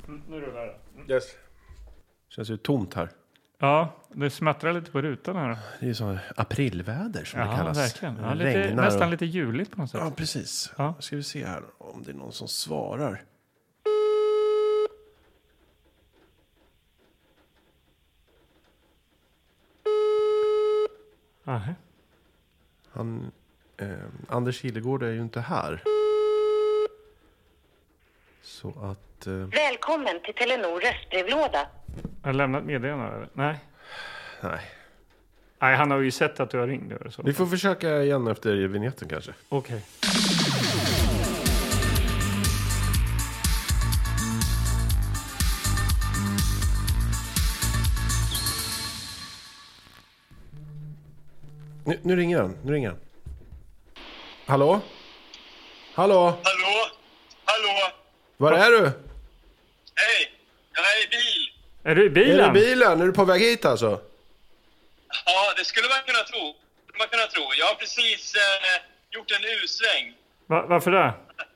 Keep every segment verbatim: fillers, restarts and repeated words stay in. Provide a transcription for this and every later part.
Mm, nu rullar det. Mm. Yes. Känns ju tomt här. Ja, det smattrar lite på rutan här. Det är ju så aprilväder som ja, det kallas. Verkligen. Ja, lite, nästan och... lite juligt på något sätt. Ja, precis. Ja. Ska vi se här om det är någon som svarar. Aha. Han, eh, Anders Hillegård är ju inte här. Så att... Eh... Välkommen till Telenor röstbrevlåda. Har du lämnat meddelande eller? Nej. Nej. Nej, han har ju sett att du har ringt. Så. Vi får försöka igen efter vignetten kanske. Okej. Okay. Nu, nu ringer han, nu ringer han. Hallå? Hallå? Hallå? Hallå? Var är du? Hej, jag är i bil. Är du i bilen? Är du i bilen? Är du på väg hit alltså? Ja, det skulle man kunna tro. Det man kunna tro. Jag har precis eh, gjort en U-sväng. Va, varför det?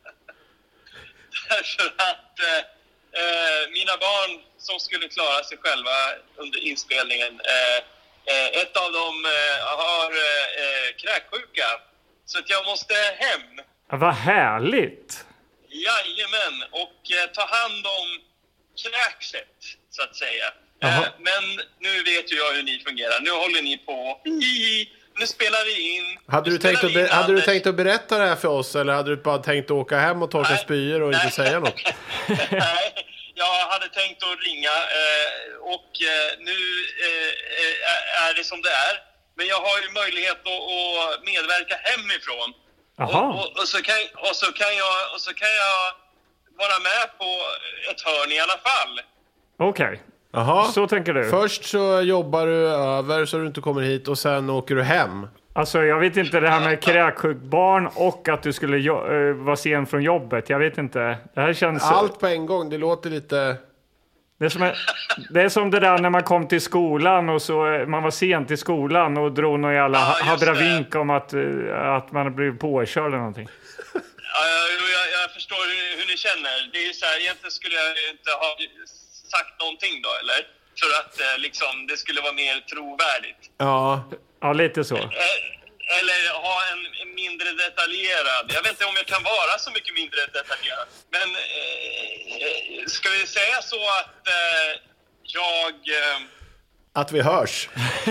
Därför att eh, eh, mina barn som skulle klara sig själva under inspelningen, eh, eh, ett av dem eh, har eh, kräksjuka. Så att jag måste hem. Ja, vad härligt! Jajamän, och eh, ta hand om kräkset, så att säga. Eh, men nu vet ju jag hur ni fungerar. Nu håller ni på. Nu spelar vi in. Hade du, tänkt att, be- hade du tänkt att berätta det här för oss? Eller hade du bara tänkt att åka hem och torka spyor och Nej. inte säga något? Nej, jag hade tänkt att ringa. Eh, och eh, nu eh, är det som det är. Men jag har ju möjlighet att, att medverka hemifrån. Och, och, och, så kan, och, så kan jag, och så kan jag vara med på ett hörn i alla fall. Okej. Okay. Jaha. Så tänker du. Först så jobbar du över så du inte kommer hit och sen åker du hem. Alltså jag vet inte det här med kräksjukt barn och att du skulle jo- uh, vara sen från jobbet. Jag vet inte. Det här känns... Allt på en gång, det låter lite... Det är, som en, det är som det där när man kom till skolan och så man var sent till skolan och drog någon jävla ja, habravink om att, att man blivit påkörd eller någonting. Ja, jag, jag, jag förstår hur, hur ni känner. Det är ju så här, egentligen skulle jag inte ha sagt någonting då, eller? För att eh, liksom, det skulle vara mer trovärdigt. Ja, ja lite så. Eh, eller ha en, en mindre detaljerad. Jag vet inte om jag kan vara så mycket mindre detaljerad. Men eh, ska vi säga så att eh, jag... Eh, att vi hörs.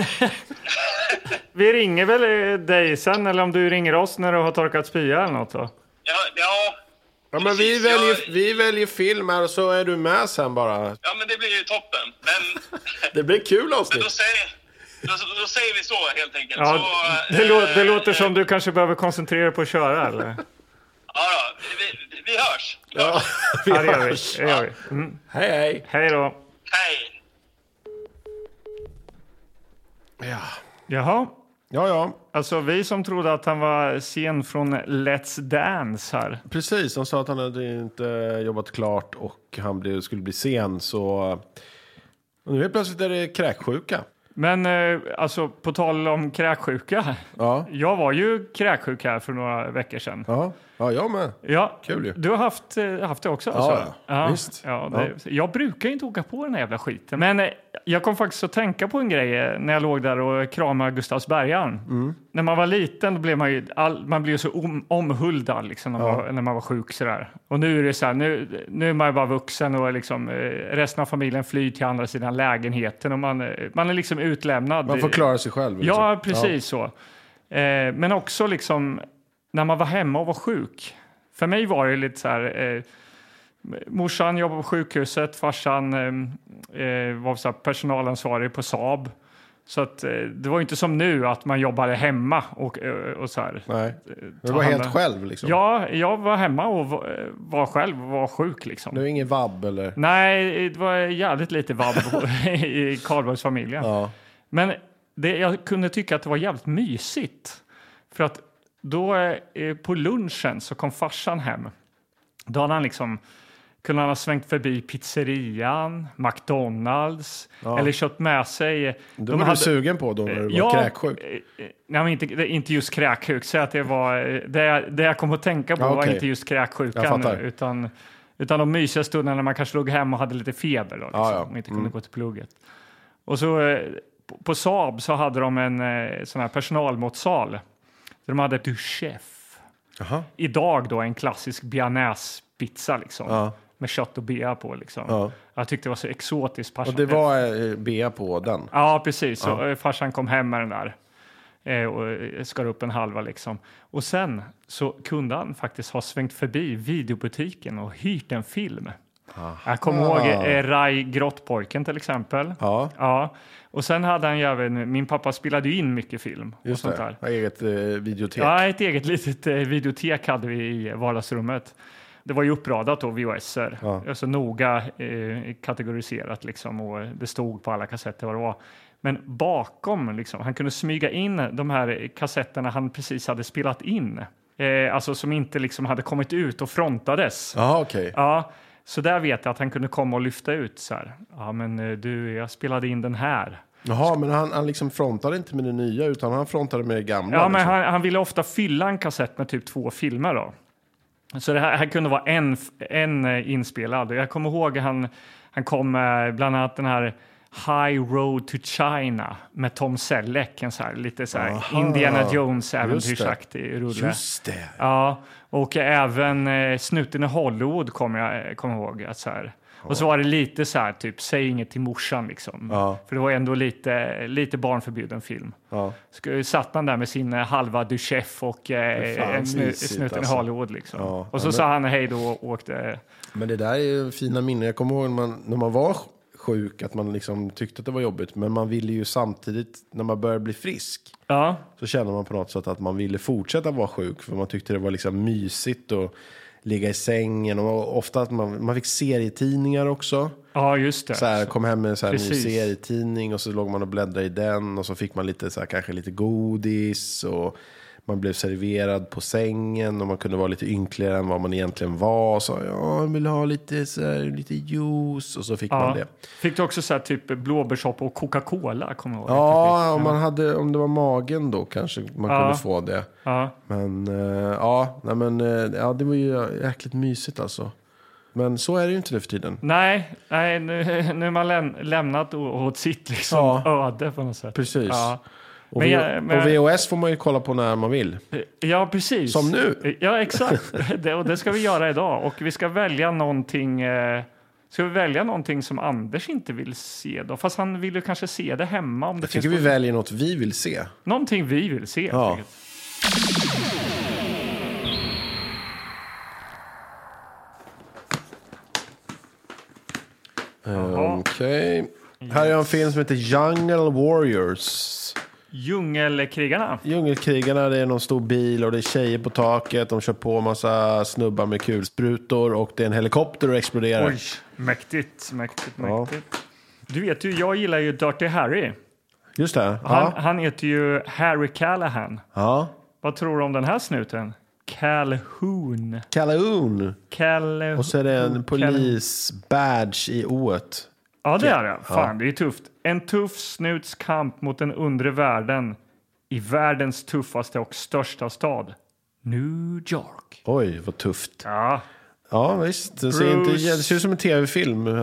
Vi ringer väl dig sen, eller om du ringer oss när du har torkat spya eller något då? Ja, ja. Ja, men vi väljer, vi väljer film här och så är du med sen bara. Ja, men det blir ju toppen. Men... det blir kul avsnitt. Men då säger, då, då säger vi så helt enkelt. Ja, så, det, äh, lå- det låter som du kanske behöver koncentrera dig på att köra, eller? Ja, då, vi, vi hörs. Vi ja, hörs. vi ja, det gör hörs. vi. Det gör vi. Mm. Hej, hej. Hej då. Hej. Ja. Jaha. Ja, ja. Alltså vi som trodde att han var sen från Let's Dance här. Precis, han sa att han hade inte jobbat klart och han blev, skulle bli sen. Så och nu är plötsligt är det kräksjuka. Men eh, alltså på tal om kräksjuka. Ja. Jag var ju kräksjuk här för några veckor sedan. Ja, ja jag med. Ja, kul ju. Du har haft, haft det också? Alltså. Ja, ja. Ja, visst. Ja, det, ja. Jag brukar inte åka på den här jävla skiten. Men eh, jag kom faktiskt att tänka på en grej när jag låg där och kramade Gustavsbergaren. Mm. När man var liten då blev man ju all, man blev så om, omhuldad liksom, när, ja. man, när man var sjuk. Sådär. Och nu är det så här, nu, nu är man bara vuxen och liksom, eh, resten av familjen flyr till andra sidan lägenheten. Och man, man är liksom utlämnad. Man får klara sig själv. Liksom. Ja, precis ja. så. Eh, men också liksom när man var hemma och var sjuk. För mig var det lite så här... Eh, morsan jobbade på sjukhuset. Farsan eh, eh, var så här personalansvarig på Saab. Så att, eh, det var inte som nu att man jobbade hemma. Och, och så här, nej, du var helt själv liksom. Ja, jag var hemma och var, var själv och var sjuk liksom. Det var ingen vabb eller? Nej, det var jävligt lite vabb i Karlbergsfamiljen. Ja. Men det, jag kunde tycka att det var jävligt mysigt. För att då eh, på lunchen så kom farsan hem. Då hade han liksom kunde han ha svängt förbi pizzerian, McDonalds ja. eller köpt med sig. Det de var hade, du sugen på då när du var ja, kräksjuk? Nej, men inte, inte just kräksjuk. Så att det var det, det jag kom att tänka på ja, okay. var inte just kräksjukan utan Utan de mysiga stunderna när man kanske låg hemma och hade lite feber då, liksom, Ja, ja. och inte kunde Mm. gå till plugget. Och så eh, på, på Saab så hade de en eh, sån här personalmatsal. De hade ett chef. Jaha. Idag då en klassisk bearnaisepizza liksom. Ja. Med kött och bea på liksom. Ja. Jag tyckte det var så exotiskt. Och det var eh, bea på den? Ja, precis. Ja. Så, eh, farsan kom hem med den där. Eh, och eh, skar upp en halva liksom. Och sen så kunde han faktiskt ha svängt förbi videobutiken och hyrt en film. Aha. Jag kommer ihåg eh, Rai Grottpojken till exempel. Ja. Ja. Och sen hade han ju även, min pappa spelade ju in mycket film. Just och sånt det, där. eget eh, videotek. Ja, ett eget litet eh, videotek hade vi i vardagsrummet. Det var ju uppradat då, V H S-er. Ja. Alltså noga eh, kategoriserat liksom. Och det stod på alla kassetter vad det var. Men bakom, liksom, han kunde smyga in de här kassetterna han precis hade spelat in. Eh, alltså som inte liksom hade kommit ut och frontades. Jaha, okej. Okay. Ja, så där vet jag att han kunde komma och lyfta ut så här. Ja, men eh, du, jag spelade in den här. Jaha, men han, han liksom frontade inte med det nya utan han frontade med det gamla. Ja, men liksom. han, han ville ofta fylla en kassett med typ två filmer då. Så det här, här kunde vara en, en eh, inspelad. Jag kommer ihåg han, han kom med bland annat den här High Road to China med Tom Selleck, en så här, lite så här Aha, Indiana Jones äventyrsaktig rulle. Just det. Ja, och även eh, Snuten i Hollywood kommer jag kommer ihåg att så här. Och så var det lite så här typ säg inget till morsan liksom. Ja. För det var ändå lite lite barnförbjuden film. Ja. Så satt man där med sin eh, halva du chef och eh, Fan, en snu, mysigt, Snuten alltså. i Hollywood liksom. Ja, och så men- sa han hej då och åkte. Men det där är ju fina minnen. Jag kommer ihåg när man, när man var sjuk att man liksom tyckte att det var jobbigt. Men man ville ju samtidigt, när man började bli frisk, Ja, så kände man på något sätt att man ville fortsätta vara sjuk. För man tyckte det var liksom mysigt att ligga i sängen. Och ofta att man, man fick serietidningar också. ja just det. Så här, kom hem med en så här ny Precis. serietidning och så låg man och bläddrade i den. Och så fick man lite så här, kanske lite godis och man blev serverad på sängen och man kunde vara lite ynkligare än vad man egentligen var. Och så, ja, jag vill ha lite, så här, lite juice och så fick man Ja. det. Fick du också så här typ blåbärssoppa och Coca-Cola, kommer jag ihåg. Ja, om, man hade, om det var magen då kanske man Ja. kunde få det. Ja. Men eh, ja, nej, men, eh, ja, det var ju jäkligt mysigt alltså. Men så är det ju inte nu för tiden. Nej, nej nu, nu är man läm, lämnat å- åt sitt liksom Ja. öde på något sätt. Precis. Ja. Och, Men v- jag- men- och V H S får man ju kolla på när man vill. Ja, precis. Som nu. Ja, exakt. det, och det ska vi göra idag. Och vi ska välja någonting... Eh, ska vi välja någonting som Anders inte vill se då? Fast han vill ju kanske se det hemma. Om det Jag finns tycker vi något- väljer något vi vill se. Någonting vi vill se. helt Ja. enkelt. Jaha. Okej. Här är en film som heter Jungle Warriors. Djungelkrigarna. Djungelkrigarna, det är någon stor bil och det är tjejer på taket. De kör på massa snubbar med kulsprutor och det är en helikopter och exploderar. Oj, mäktigt, mäktigt, Ja. mäktigt. Du vet ju, jag gillar ju Dirty Harry. Just det. Han, Ja. han heter ju Harry Callahan. Ja. Vad tror du om den här snuten? Calhoun. Calhoun. Calhoun. Och så är det en polis-badge i O-et. Ja, det är det. Fan, det är tufft. En tuff snuts kamp mot den undre världen i världens tuffaste och största stad. New York. Oj, vad tufft. Ja, Ja, visst. Det ser, inte, Bruce. det ser ut som en tv-film. eh,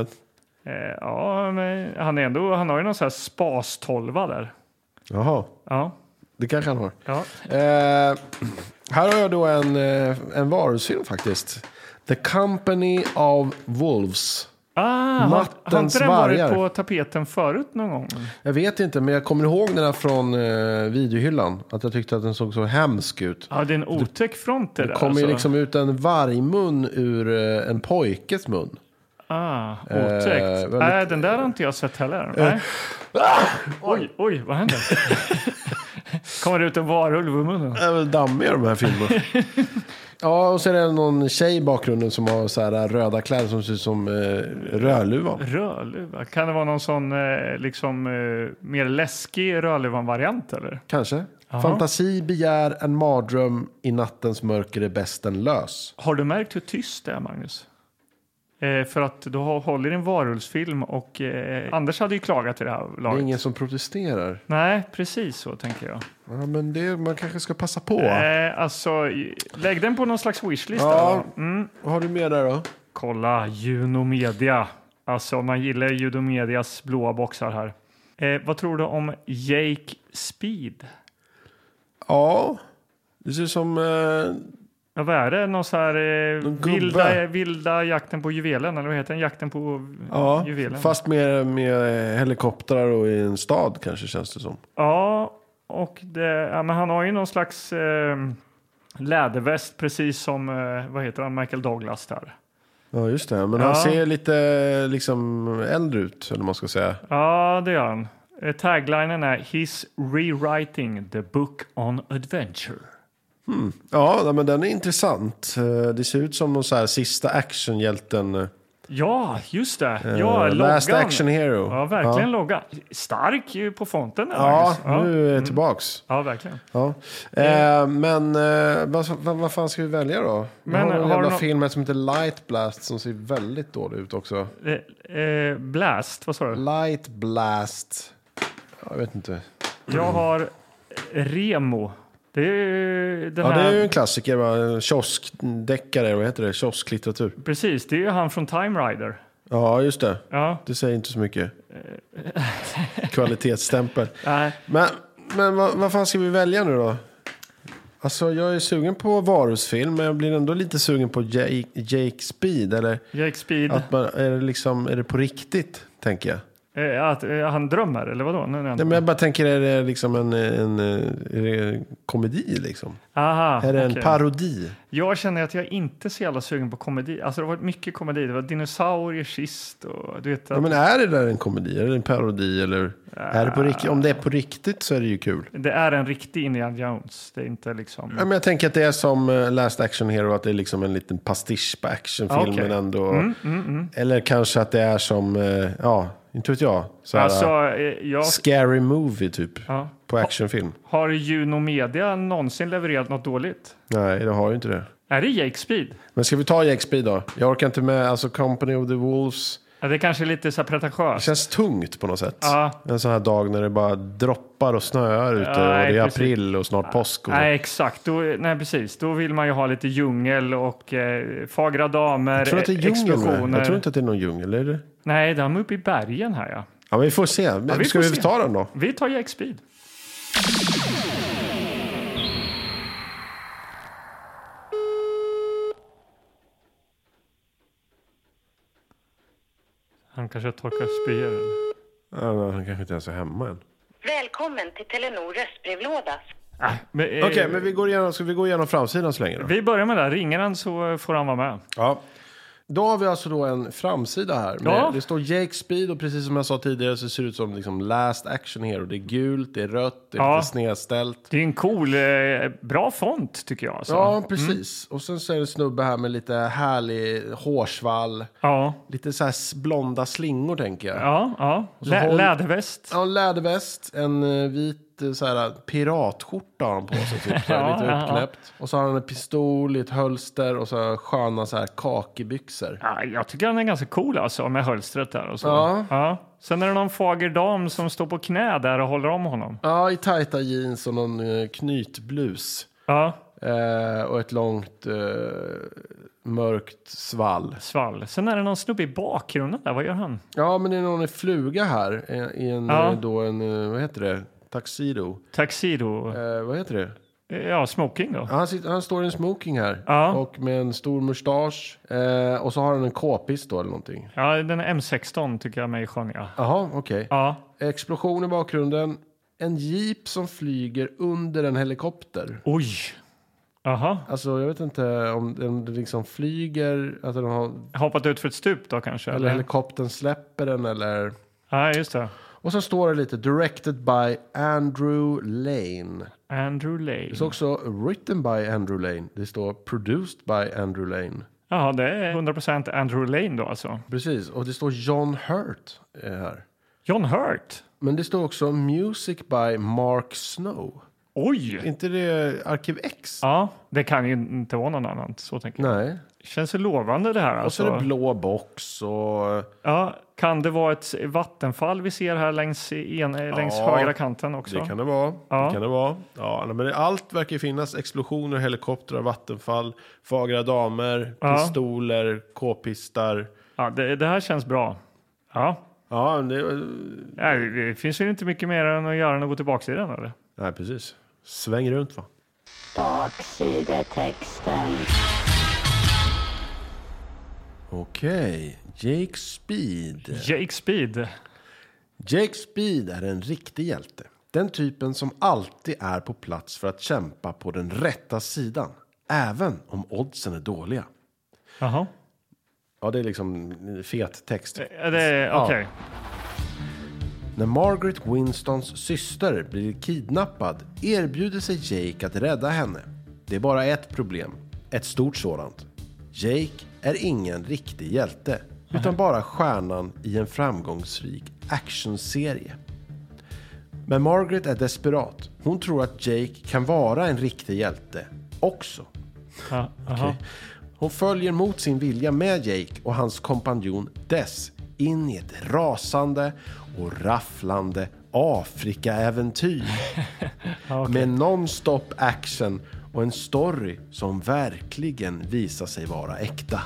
ja men han, är ändå, han har ju någon sån här spas-tolva där. Jaha, Ja, det kanske han har. ja. Eh, här har jag då en, eh, en varusfilm faktiskt. The Company of Wolves. Ah, har, har Nattens inte den varit vargar. på tapeten förut någon gång? Jag vet inte, men jag kommer ihåg den här från eh, videohyllan. Att jag tyckte att den såg så hemsk ut. Ja, det är en otäck front det Det där. kommer ju alltså. liksom ut en vargmun ur eh, en pojkes mun. Ah, Eh, otäckt. väldigt- Nej, den där har inte jag sett heller. Nej. Oj, oj, vad händer? Kommer det ut en varulv ur munnen? Det är väl dammiga de här filmerna. Ja, och så är det någon tjej i bakgrunden som har så här röda kläder som ser ut som eh, Rödluvan. Rödluva? Kan det vara någon sån eh, liksom eh, mer läskig Rödluvan-variant eller? Kanske. Jaha. Fantasi begär en mardröm, i nattens mörker är bästen lös. Har du märkt hur tyst det är, Magnus? Eh, för att du har, håller i en varulvsfilm och eh, Anders hade ju klagat i det här Det är laget. ingen som protesterar. Nej, precis så tänker jag. Ja, men det, man kanske ska passa på. Eh, alltså, i- lägg den på någon slags wishlist. Ja. då. Mm. Vad har du med där då? Kolla, Juno Media. Alltså, man gillar Juno Medias blåa boxar här. Eh, vad tror du om Jake Speed? Ja, det ser ut som... Eh... Ja, vad är det? Någon så här eh, vilda, vilda jakten på juvelen, eller vad heter den? Jakten på ja, juvelen. Fast med, med helikoptrar och i en stad kanske, känns det som. Ja, och det, ja, men han har ju någon slags eh, läderväst, precis som, eh, vad heter han, Michael Douglas där. Ja, just det. Men ja. han ser lite liksom äldre ut, eller man ska säga. Ja, det gör han. Eh, taglinen är He's rewriting the book on adventure. Hmm. Ja, men den är intressant. Det ser ut som någon så här sista actionhjälten. Ja, just det. Ja, uh, Last Action Hero. Ja, verkligen ja. Logga. Stark ju på fonten. Ja, ja, nu är jag tillbaks. Ja, verkligen. Ja. Eh, men eh, vad, vad, vad fan ska vi välja då? Men, vi har en har jävla no- film som heter Light Blast som ser väldigt dålig ut också. Eh, eh, Blast, vad sa du? Light Blast. Jag vet inte. Jag har Remo. Det är den ja, här... det är ju en klassiker, va? Kioskdeckare, vad heter det? Kiosklitteratur. Precis, det är ju han från Time Rider. Ja, just det. Ja. Det säger inte så mycket. Kvalitetsstämpel. Nej. Men, men vad, vad fan ska vi välja nu då? Alltså, jag är sugen på varusfilm, men jag blir ändå lite sugen på Jake, Jake Speed. Eller Jake Speed. Att man, är, det liksom, är det på riktigt, tänker jag? Att eh, han drömmer, eller vadå? Nej, nej, nej, men jag bara tänker, är det liksom en, en, är det en komedi liksom? Aha, är det okay. en parodi? Jag känner att jag inte är så jävla sugen på komedi. Alltså det har varit mycket komedi. Det var dinosaurier sist och du vet. Ja, men är det där en komedi? Är det en parodi eller? Ja. Är det på riktigt? Om det är på riktigt så är det ju kul. Det är en riktig Indiana Jones. Det är inte liksom... Ja, men jag tänker att det är som Last Action Hero, att det är liksom en liten pastisch på actionfilmen okay. ändå. Mm, mm, mm. Eller kanske att det är som, ja, inte vet jag. Så här, alltså, jag... Scary Movie typ, ja. På actionfilm. Har, har Juno Media någonsin levererat något dåligt? Nej, det har ju inte det. Är det Jake Speed? Men ska vi ta Jake Speed då? Jag orkar inte med, alltså Company of the Wolves. Ja, det är kanske lite så här pretentiöst. Det känns tungt på något sätt. Ja. En sån här dag när det bara droppar och snöar ute. Ja, och det är precis. April och snart påsk. Och... Nej, exakt. Då, nej, precis. Då vill man ju ha lite djungel och eh, fagra damer, jag tror att det är explosioner. Jag tror inte att det är någon djungel, är det? Nej, de är uppe i bergen här, ja. Ja, men vi får se. Ja, vi ska får vi se. ta den då? Vi tar Jake Speed. Han kanske torkar spyor. Ja, han kanske inte ens är hemma än. Välkommen till Telenor röstbrevlåda. Ah, Okej, okay, men vi går igenom, ska vi gå igenom framsidan så länge då? Vi börjar med det. Ringer han så får han vara med. Ja. Då har vi alltså då en framsida här. Med, ja. Det står Jake Speed och precis som jag sa tidigare så ser det ut som liksom Last Action Hero. Det är gult, det är rött, det är ja. lite snedställt. Det är en cool, eh, bra font tycker jag. Alltså. Ja, precis. Mm. Och sen så är det snubbe här med lite härlig hårsvall. Ja. Lite så här blonda slingor tänker jag. Ja, ja. Lä- håll... Läderväst. Ja, läderväst. En uh, vit så här, piratskjorta har han på sig typ, så här, lite uppknäppt. Och så har han en pistol i ett hölster och så har sköna så här kakibyxor. Ja, jag tycker han är ganska cool alltså med hölstret där och så. Ja. Ja. Sen är det någon fager dam som står på knä där och håller om honom. Ja, i tajta jeans och någon uh, knytblus. Ja. Uh, och ett långt uh, mörkt svall. Svall. Sen är det någon snubbe i bakgrunden där. Vad gör han? Ja, men det är någon i fluga här. I en, ja. då en, uh, vad heter det? Taxido. Taxido. Eh, vad heter det? Ja, smoking då. Han, sitter, han står i en smoking här. Ja. Och med en stor mustasch. Eh, och så har han en k-pist då eller någonting. Ja, den är M sexton tycker jag mig skönja. Jaha, okej. Okay. Ja. Explosion i bakgrunden. En jeep som flyger under en helikopter. Oj. Aha. Alltså jag vet inte om den liksom flyger. Alltså den har... Hoppat ut för ett stup då kanske? Eller, eller helikoptern släpper den eller... Ja, just det. Och så står det lite directed by Andrew Lane. Andrew Lane. Det står också written by Andrew Lane. Det står produced by Andrew Lane. Ja, det är hundra procent Andrew Lane då alltså. Precis, och det står John Hurt här. John Hurt? Men det står också music by Mark Snow. Oj! inte det Arkiv X? Ja, det kan ju inte vara någon annan. Så tänker jag. Nej. Känns det lovande det här. Och så är alltså. det blå box och... Ja, kan det vara ett vattenfall vi ser här längs, en, längs Ja, högra kanten också? Det kan det vara. Ja. Det kan det vara. Ja, men det, allt verkar ju finnas. Explosioner, helikoptrar, vattenfall, fagra damer, Ja. pistoler, k-pistar. Ja, det, det här känns bra. Ja. Ja, det... Nej, det finns ju inte mycket mer än att göra än att gå tillbaka i den, eller? Nej, precis. Sväng runt, va? Baksidetexten. Okej. Jake Speed. Jake Speed. Jake Speed är en riktig hjälte. Den typen som alltid är på plats för att kämpa på den rätta sidan. Även om oddsen är dåliga. Jaha. Ja, det är liksom fet text. Är det okej? När Margaret Winstons syster blir kidnappad erbjuder sig Jake att rädda henne. Det är bara ett problem. Ett stort sådant. Jake är ingen riktig hjälte. Utan bara stjärnan i en framgångsrik actionserie. Men Margaret är desperat. Hon tror att Jake kan vara en riktig hjälte också. Ja, aha. Okej. Hon följer mot sin vilja med Jake och hans kompanjon Des in i ett rasande och rafflande Afrika-äventyr. Okay. Med non-stop action och en story som verkligen visar sig vara äkta.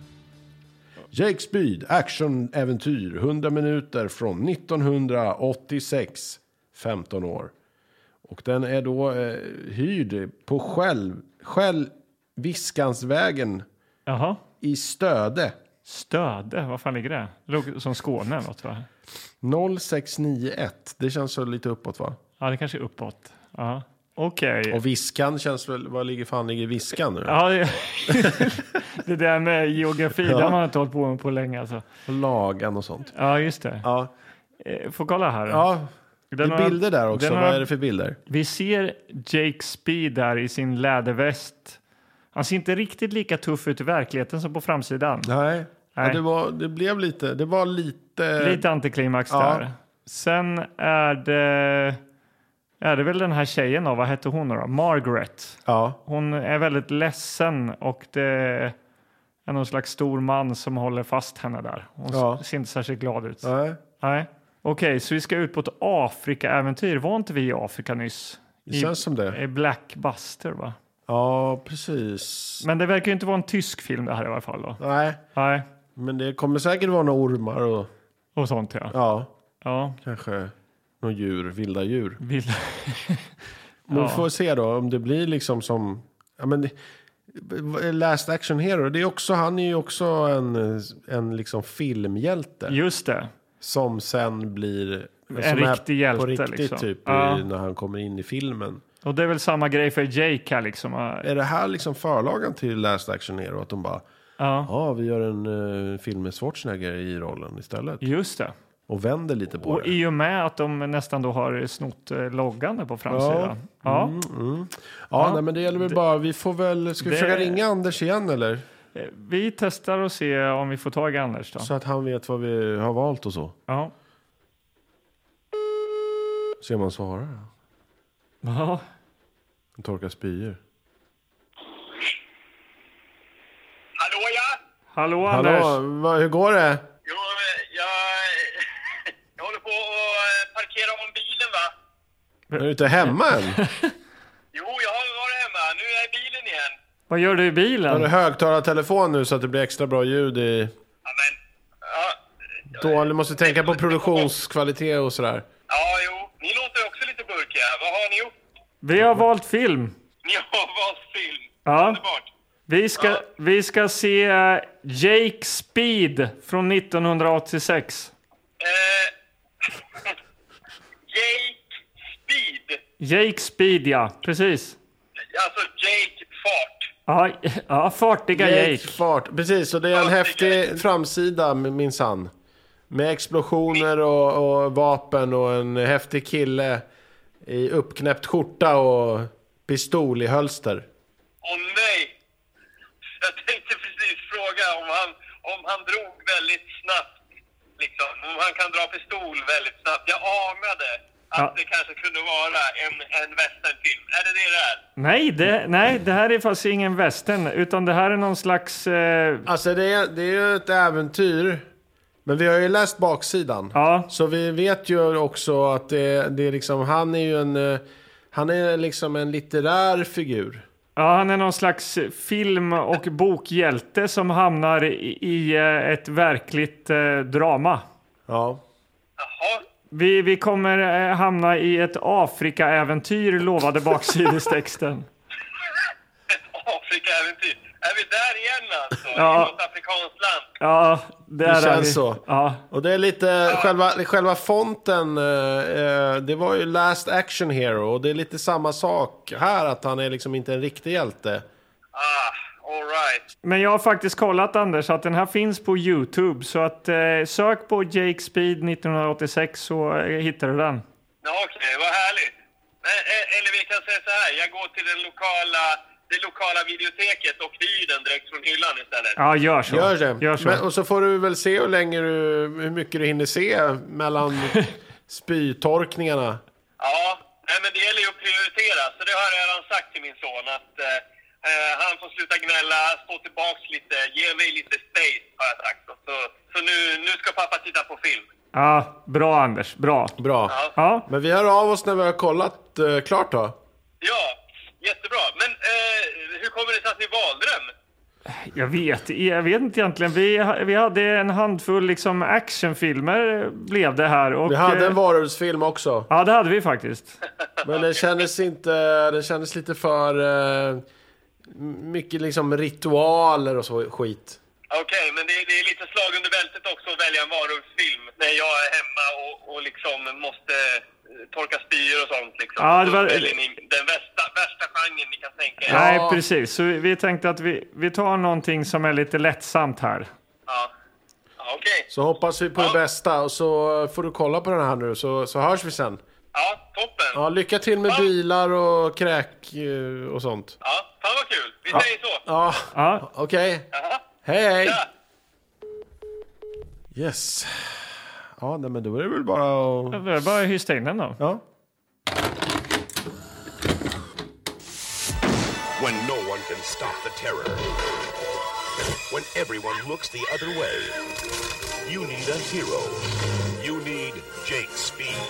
Jake Speed, action-äventyr, hundra minuter från nittonhundraåttiosex, femton år. Och den är då eh, hyrd på Shell, Shell Viskansvägen Jaha. i Stöde. Stöde, vad fan ligger det? Låg som Skåne eller något, va? noll sex nio ett, det känns så lite uppåt, va? Ja, det kanske är uppåt. Ja. Okej. Och Viskan känns väl, vad ligger fan ligger Viskan nu? Ja, det, det där med geografi, Ja. det har man inte hållit på med på länge alltså. Lagan och sånt. Ja, just det. Ja, Eh, Får kolla här. ja. Det Den är har- bilder där också. den har- Vad är det för bilder? Vi ser Jake Speed där i sin läderväst. Han ser inte riktigt lika tuff ut i verkligheten som på framsidan. Nej, Nej. Ja, det, var, det blev lite, det var lite... Lite antiklimax Ja. där. Sen är det... Är det väl den här tjejen då? Vad hette hon då? Margaret. Ja, Hon är väldigt ledsen och det är någon slags stor man som håller fast henne där. Hon Ja. ser inte särskilt glad ut. nej. Nej. Okej, så vi ska ut på ett Afrika-äventyr. Var inte vi i Afrika nyss? Det känns som det. I Blackbuster, va? Ja, precis. Men det verkar ju inte vara en tysk film det här i alla fall då. Nej, Nej, men det kommer säkert vara några ormar och och sånt ja. ja, Ja, kanske några djur, vilda djur. vill... Men Ja. vi får se då om det blir liksom som... Ja, men det, Last Action Hero, det är också, han är ju också en, en liksom filmhjälte. Just det. Som sen blir... En som är riktig hjälte, på riktigt liksom. typ Ja. i, när han kommer in i filmen. Och det är väl samma grej för Jake här liksom. Är det här liksom förlagan till Last Action Hero? Att de bara, Ja, ja vi gör en uh, film med Schwarzenegger i rollen istället. just det. Och vänder lite på Och det. i och med att de nästan då har snott eh, loggan på framsidan. Ja. Mm, mm. Ja, Ja. Nej, men det gäller väl bara, vi får väl, ska vi Det- försöka ringa Anders igen eller? Eh, Vi testar och se om vi får tag i Anders då. Så att han vet vad vi har valt och så. Ja. Se om han svarar. Ja. Han torkar spyor. Hallå ja! Hallå Anders. Hallå, vad, hur går det? Jo, jag, jag håller på att parkera om bilen va? Är du inte hemma än? Jo, jag har varit hemma. Nu är jag i bilen igen. Vad gör du i Har du bilen? högtalartelefon nu så att det blir extra bra ljud i... Ja, men... Ja, Då, du måste tänka på produktionskvalitet och sådär. ja jo. Ni låter också lite burkiga. Vad har ni gjort? Vi har valt film. Ni har valt film. Ja. Underbart. Vi ska, Ja. vi ska se eh, Jake Speed från nittonhundraåttiosex. Eh, Jake Speed. Jake Speed, ja. Precis. Alltså Jake Fart. Ja, ja fartiga Jake. Jake fart. Precis, och det är en Ja, häftig framsida minsann. Med explosioner och, och vapen och en häftig kille i uppknäppt skjorta och pistol i hölster. Åh nej! Jag tänkte precis fråga om han, om han drog väldigt snabbt. Liksom. Om han kan dra pistol väldigt snabbt. Jag anade att Ja. det kanske kunde vara en, en westernfilm. Är det det det är? Nej det, nej, det här är faktiskt ingen western, utan det här är någon slags... Eh, Alltså det är, det är ju ett äventyr. Men vi har ju läst baksidan. Ja. Så vi vet ju också att det, det är liksom, han är ju en, eh, han är liksom en litterär figur. ja, han är någon slags film- och bokhjälte som hamnar i, i eh, ett verkligt eh, drama. Ja. Jaha. Vi, vi kommer eh, hamna i ett Afrika-äventyr, lovade baksidestexten. Ett Afrika-äventyr. Är vi där igen alltså? Ja. I något afrikanskt land? Ja, det, Det är känns vi. så. Ja. Och det är lite, själva, själva fonten, eh, eh, det var ju Last Action Hero. Och det är lite samma sak här, att han är liksom inte en riktig hjälte. Ah, all right. Men jag har faktiskt kollat, Anders, att den här finns på YouTube. Så att eh, sök på Jake Speed nittonhundraåttiosex så eh, hittar du den. Ja, okej, okay, vad härligt. Men, eh, eller vi kan säga så här, jag går till den lokala, det lokala videoteket och hyr den direkt från hyllan istället. Ja, gör så. Gör det. Gör så. Men, och så får du väl se hur länge du, hur mycket du hinner se mellan spytorkningarna. Ja, nej, men det gäller ju att prioritera. Så det har jag redan sagt till min son att eh, eh, han får sluta gnälla, stå tillbaks lite, ge mig lite space har jag sagt. Så, så nu, nu ska pappa titta på film. Ja, bra Anders, bra. Bra. Ja, Ja, Men vi hör av oss när vi har kollat eh, klart då. ja jättebra. Men eh, hur kommer det sig att ni valde den? jag vet, jag vet inte egentligen. Vi, vi hade en handfull liksom actionfilmer blev det här. Och, Vi hade en eh, varulvsfilm också. ja, det hade vi faktiskt. Men det kändes inte, det kändes lite för eh, mycket liksom ritualer och så skit. Okej, okay, men det, det är lite slag under bältet också att välja en varulvsfilm när jag är hemma och, och liksom måste torka spyor och sånt. Liksom. Ja, det var... Så väljer ni den värsta, värsta genren ni kan tänka er. Nej, Ja. precis. Så vi, vi tänkte att vi, vi tar någonting som är lite lättsamt här. Ja, ja okej. Så hoppas vi på Ja. det bästa och så får du kolla på den här nu så, så hörs vi sen. Ja, toppen. Ja, Ja, lycka till med Ja. bilar och kräk eh, och sånt. fan vad kul. Vi säger så. Ja, Ja, okej. Jaha. Hej, hej! Ja. Yes. Ja, nej, men då är det väl bara att... det är bara att hysta in den då. Ja. When no one can stop the terror. When everyone looks the other way. You need a hero. You need Jake Speed.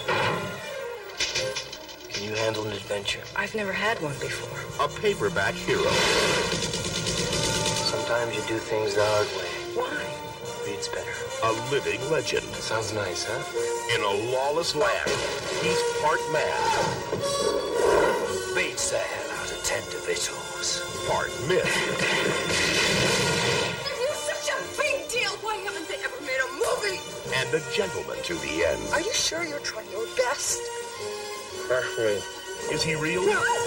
Can you handle an adventure? I've never had one before. A paperback hero. Sometimes you do things the hard way. Why? Reads better. A living legend. Sounds nice, huh? In a lawless land, he's part man, Beats the hell out of ten DeVitos. part myth, You're such a big deal. Why haven't they ever made a movie? and a gentleman to the end. Are you sure you're trying your best? Is he real?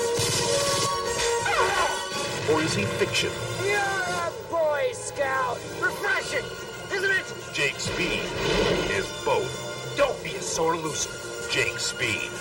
Or is he fiction? You're a Boy Scout. Refreshing, isn't it? Jake Speed is both. Don't be a sore loser. Jake Speed.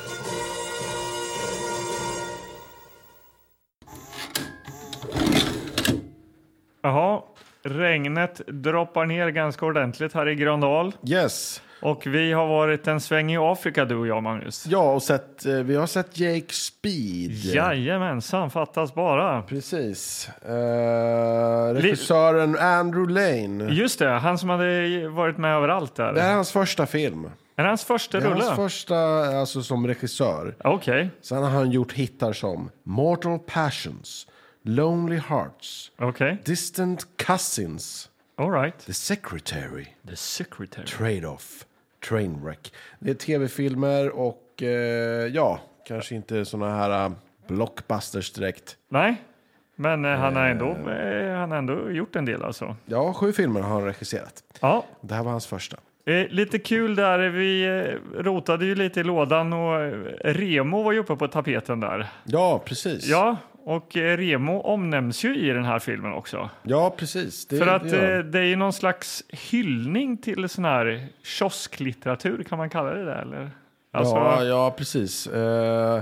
Jaha, regnet droppar ner ganska ordentligt här i Gröndal. Yes. Och vi har varit en sväng i Afrika, du och jag, Magnus. Ja, och sett, eh, vi har sett Jake Speed. Jajamensan, fattas bara. Precis. Uh, regissören Andrew Lane. Just det, han som hade varit med överallt där. Det här är hans första film. Är det hans första Det är rulle? hans första alltså, som regissör. Okej, Sen har han gjort hittar som Mortal Passions, Lonely Hearts, okej. Distant Cousins, All right. The Secretary, The Secretary. Trade-Off, Trainwreck. Det är tv-filmer och eh, ja, kanske inte såna här uh, blockbusters direkt. Nej, men eh, han har ändå, eh, han har ändå gjort en del alltså. Ja, sju filmer har han regisserat. Ja, Det här var hans första. eh, lite kul där. Vi eh, rotade ju lite i lådan och eh, Remo var ju uppe på tapeten där. Ja, precis. Ja, och eh, Remo omnämns ju i den här filmen också. Ja, precis. Det, För att det gör eh, han. det är ju någon slags hyllning till sån här kiosklitteratur, kan man kalla det där eller? Alltså, ja, ja, precis. Eh,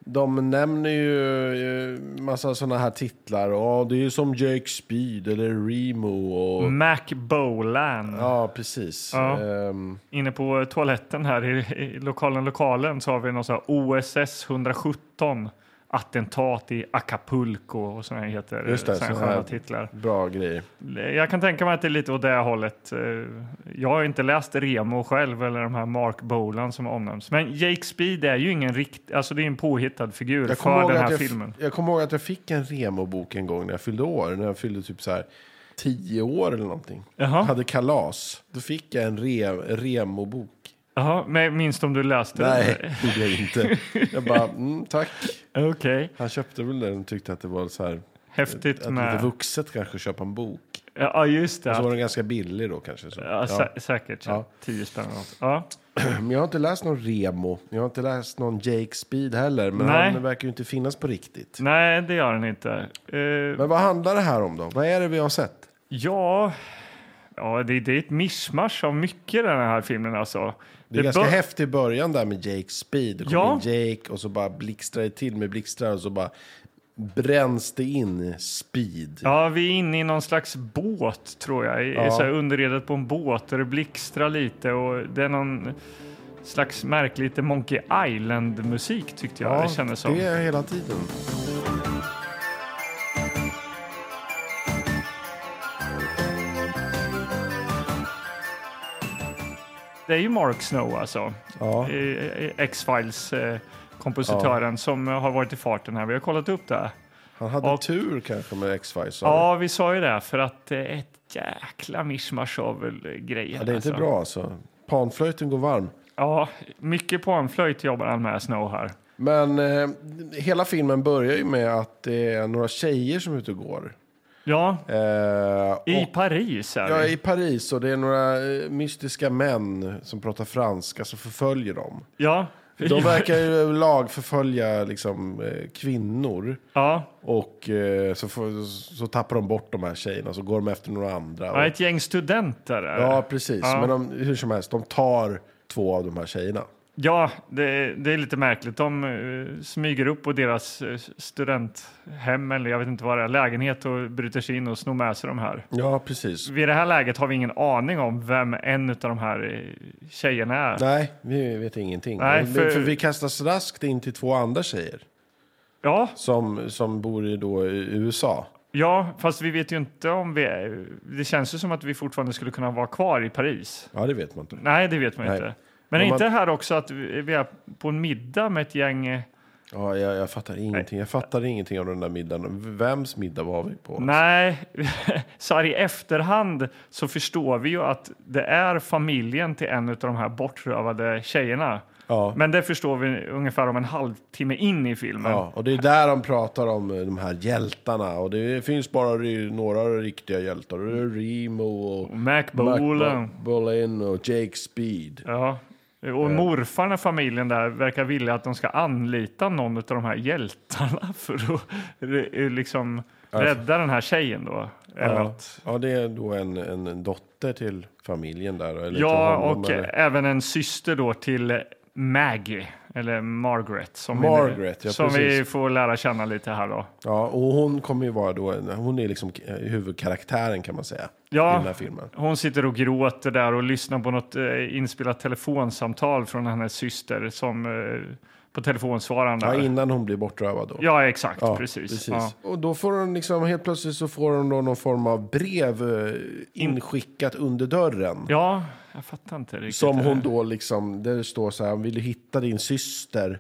De nämner ju massa såna här titlar. Ja, det är ju som Jake Speed eller Remo. Och... Mac Bolan. Ja, precis. Ja. Um... Inne på toaletten här i, i lokalen lokalen så har vi någon sån här O S S hundrasjutton. Attentat i Acapulco och såna här heter. Just det, såna här titlar. Bra grejer. Jag kan tänka mig att det är lite åt det hållet. Jag har inte läst Remo själv eller de här Mark Bolan som omnämns. Men Jake Speed är ju ingen rikt, alltså det är en påhittad figur jag för den här jag filmen. Jag kommer ihåg att jag fick en Remo-bok en gång när jag fyllde år. När jag fyllde typ så här tio år eller någonting. Jaha. Hade kalas. Då fick jag en re, Remo-bok. Jaha, men minns du om du läste Nej, det? det gjorde jag inte. Jag bara, mm, tack. Okej. Okay. Han köpte väl det och tyckte att det var så här... Häftigt att med... lite vuxet kanske köpa en bok. Ja, just det. Och så var den ganska billig då kanske. Så. Ja, sä ja. säkert. Ja. Tio spänn. Ja. Men jag har inte läst någon Remo. Jag har inte läst någon Jake Speed heller. Men Nej. han verkar ju inte finnas på riktigt. Nej, det gör han inte. Uh... Men vad handlar det här om då? Vad är det vi har sett? Ja... Ja, det, det är ett mischmasch av mycket i den här filmen alltså. Det är det ganska häftig början där med Jake Speed. Det ja. Jake och så bara blixtrar det till med blixtrar och så bara bränns det in Speed. Ja, vi är inne i någon slags båt tror jag. Ja. Så här underredet på en båt där det blixtrar lite och det är någon slags märklig lite Monkey Island-musik tyckte jag ja, det kändes som. det är hela tiden. Det är ju Mark Snow alltså. Ja. X-Files eh, kompositören ja. som har varit i farten här. Vi har kollat upp det. Han hade och, tur kanske med X-Files. Ja, vi sa ju det för att det är ett jäkla mischmasch av grejer. Ja, det är inte alltså. bra alltså. Panflöjten går varm. Ja, mycket panflöjt jobbar han med Snow här. Men eh, hela filmen börjar ju med att det är några tjejer som är ute och går. Ja, eh, och, i Paris är Ja, det. i Paris och det är några eh, mystiska män som pratar franska som förföljer dem. Ja. De verkar ju lag förfölja liksom, eh, kvinnor. Ja. Och eh, så, får, så tappar de bort de här tjejerna så går de efter några andra. Ja, och, ett gäng studenter. Är ja, precis. Ja. Men de, hur som helst, de tar två av de här tjejerna. Ja, det, det är lite märkligt. De uh, smyger upp på deras uh, studenthem eller jag vet inte vad det är, lägenhet och bryter sig in och snor med sig de här. Ja, precis. Vid det här läget har vi ingen aning om vem en av de här uh, tjejerna är. Nej, vi vet ingenting. Nej, för... för vi kastas raskt in till två andra tjejer. Ja. Som, som bor i, då, i U S A. Ja, fast vi vet ju inte om vi är... Det känns ju som att vi fortfarande skulle kunna vara kvar i Paris. Ja, det vet man inte. Nej, det vet man Nej. inte. Men är man... inte här också att vi är på en middag med ett gäng... Ja, jag, jag fattar ingenting. Jag fattar ingenting av den där middagen. Vems middag var vi på? Nej, så här i efterhand så förstår vi ju att det är familjen till en av de här bortrövade tjejerna. Ja. Men det förstår vi ungefär om en halvtimme in i filmen. Ja, och det är där de pratar om de här hjältarna. Och det finns bara några riktiga hjältar. Det är Remo och Mac Bolan. Bolan och Jake Speed. Ja. Och morfarna, familjen där, verkar vilja att de ska anlita någon av de här hjältarna för att liksom rädda den här tjejen då. Eller ja. att... ja, det är då en, en dotter till familjen där. Eller ja, honom, och eller... även en syster då till Maggie, eller Margaret. Som, Margaret, vi, ja, som precis. vi får lära känna lite här då. Ja, och hon kommer ju vara då, hon är liksom huvudkaraktären kan man säga. Ja, i den här filmen. Hon sitter och gråter där och lyssnar på något eh, inspelat telefonsamtal från hennes syster som eh, på telefonsvararen där. Ja, innan hon blir bortrövad då. Ja, exakt, ja, precis. precis. Ja. Och då får hon liksom, helt plötsligt så får hon då någon form av brev eh, inskickat under dörren. Ja, jag fattar inte riktigt. Som hon då liksom, där det står så här, vill du hitta din syster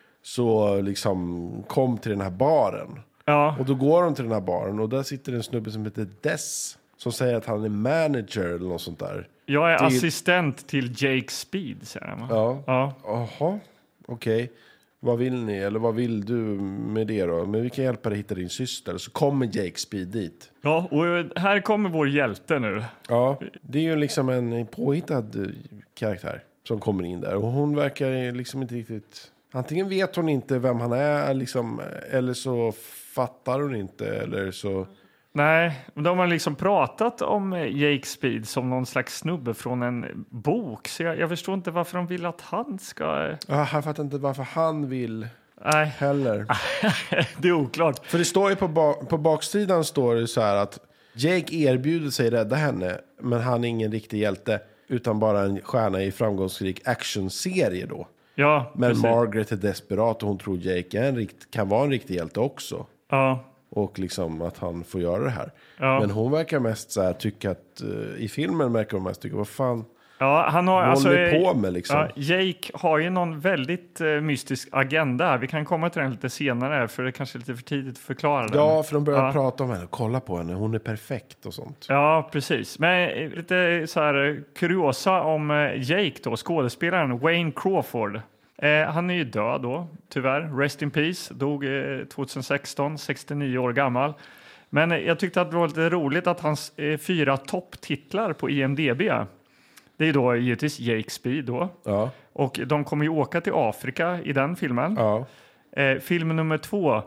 så liksom kom till den här baren. Ja. Och då går hon till den här baren och där sitter en snubbe som heter Des. Som säger att han är manager eller något sånt där. Jag är till... assistent till Jake Speed, säger han. Ja. Ja. Jaha, okej. Okay. Vad vill ni? Eller vad vill du med det då? Men vi kan hjälpa dig hitta din syster. Så kommer Jake Speed dit. Ja, och här kommer vår hjälte nu. Ja, det är ju liksom en påhittad karaktär som kommer in där. Och hon verkar liksom inte riktigt... Antingen vet hon inte vem han är liksom, eller så fattar hon inte. Eller så... Nej, de har liksom pratat om Jake Speed som någon slags snubbe från en bok. Så jag, jag förstår inte varför de vill att han ska... Ja, jag fattar inte varför han vill Nej. heller. Det är oklart. För det står ju på, ba- på baksidan står det så här att Jake erbjuder sig rädda henne, men han är ingen riktig hjälte utan bara en stjärna i framgångsrik actionserie då. Ja, Men precis. Margaret är desperat och hon tror Jake är en rikt- kan vara en riktig hjälte också. Ja. Och liksom att han får göra det här. Ja. Men hon verkar mest så här tycka att uh, i filmen verkar hon mest tycka vad fan Ja, han har vad alltså, håller på med liksom. Ja, Jake har ju någon väldigt uh, mystisk agenda här. Vi kan komma till den lite senare för det är kanske lite för tidigt att förklara den. Ja, för de börjar Ja. prata om henne. Kolla på henne, hon är perfekt och sånt. Ja, precis. Men eh, lite så här eh, kuriosa om eh, Jake då, skådespelaren Wayne Crawford. Eh, han är ju död då, tyvärr. Rest in peace. Dog eh, tjugohundrasexton, sextionio år gammal. Men eh, jag tyckte att det var lite roligt att hans eh, fyra topptitlar på I M D B. Det är då givetvis Jake Speed då. Ja, Och de kommer ju åka till Afrika i den filmen. ja. Eh, film nummer två,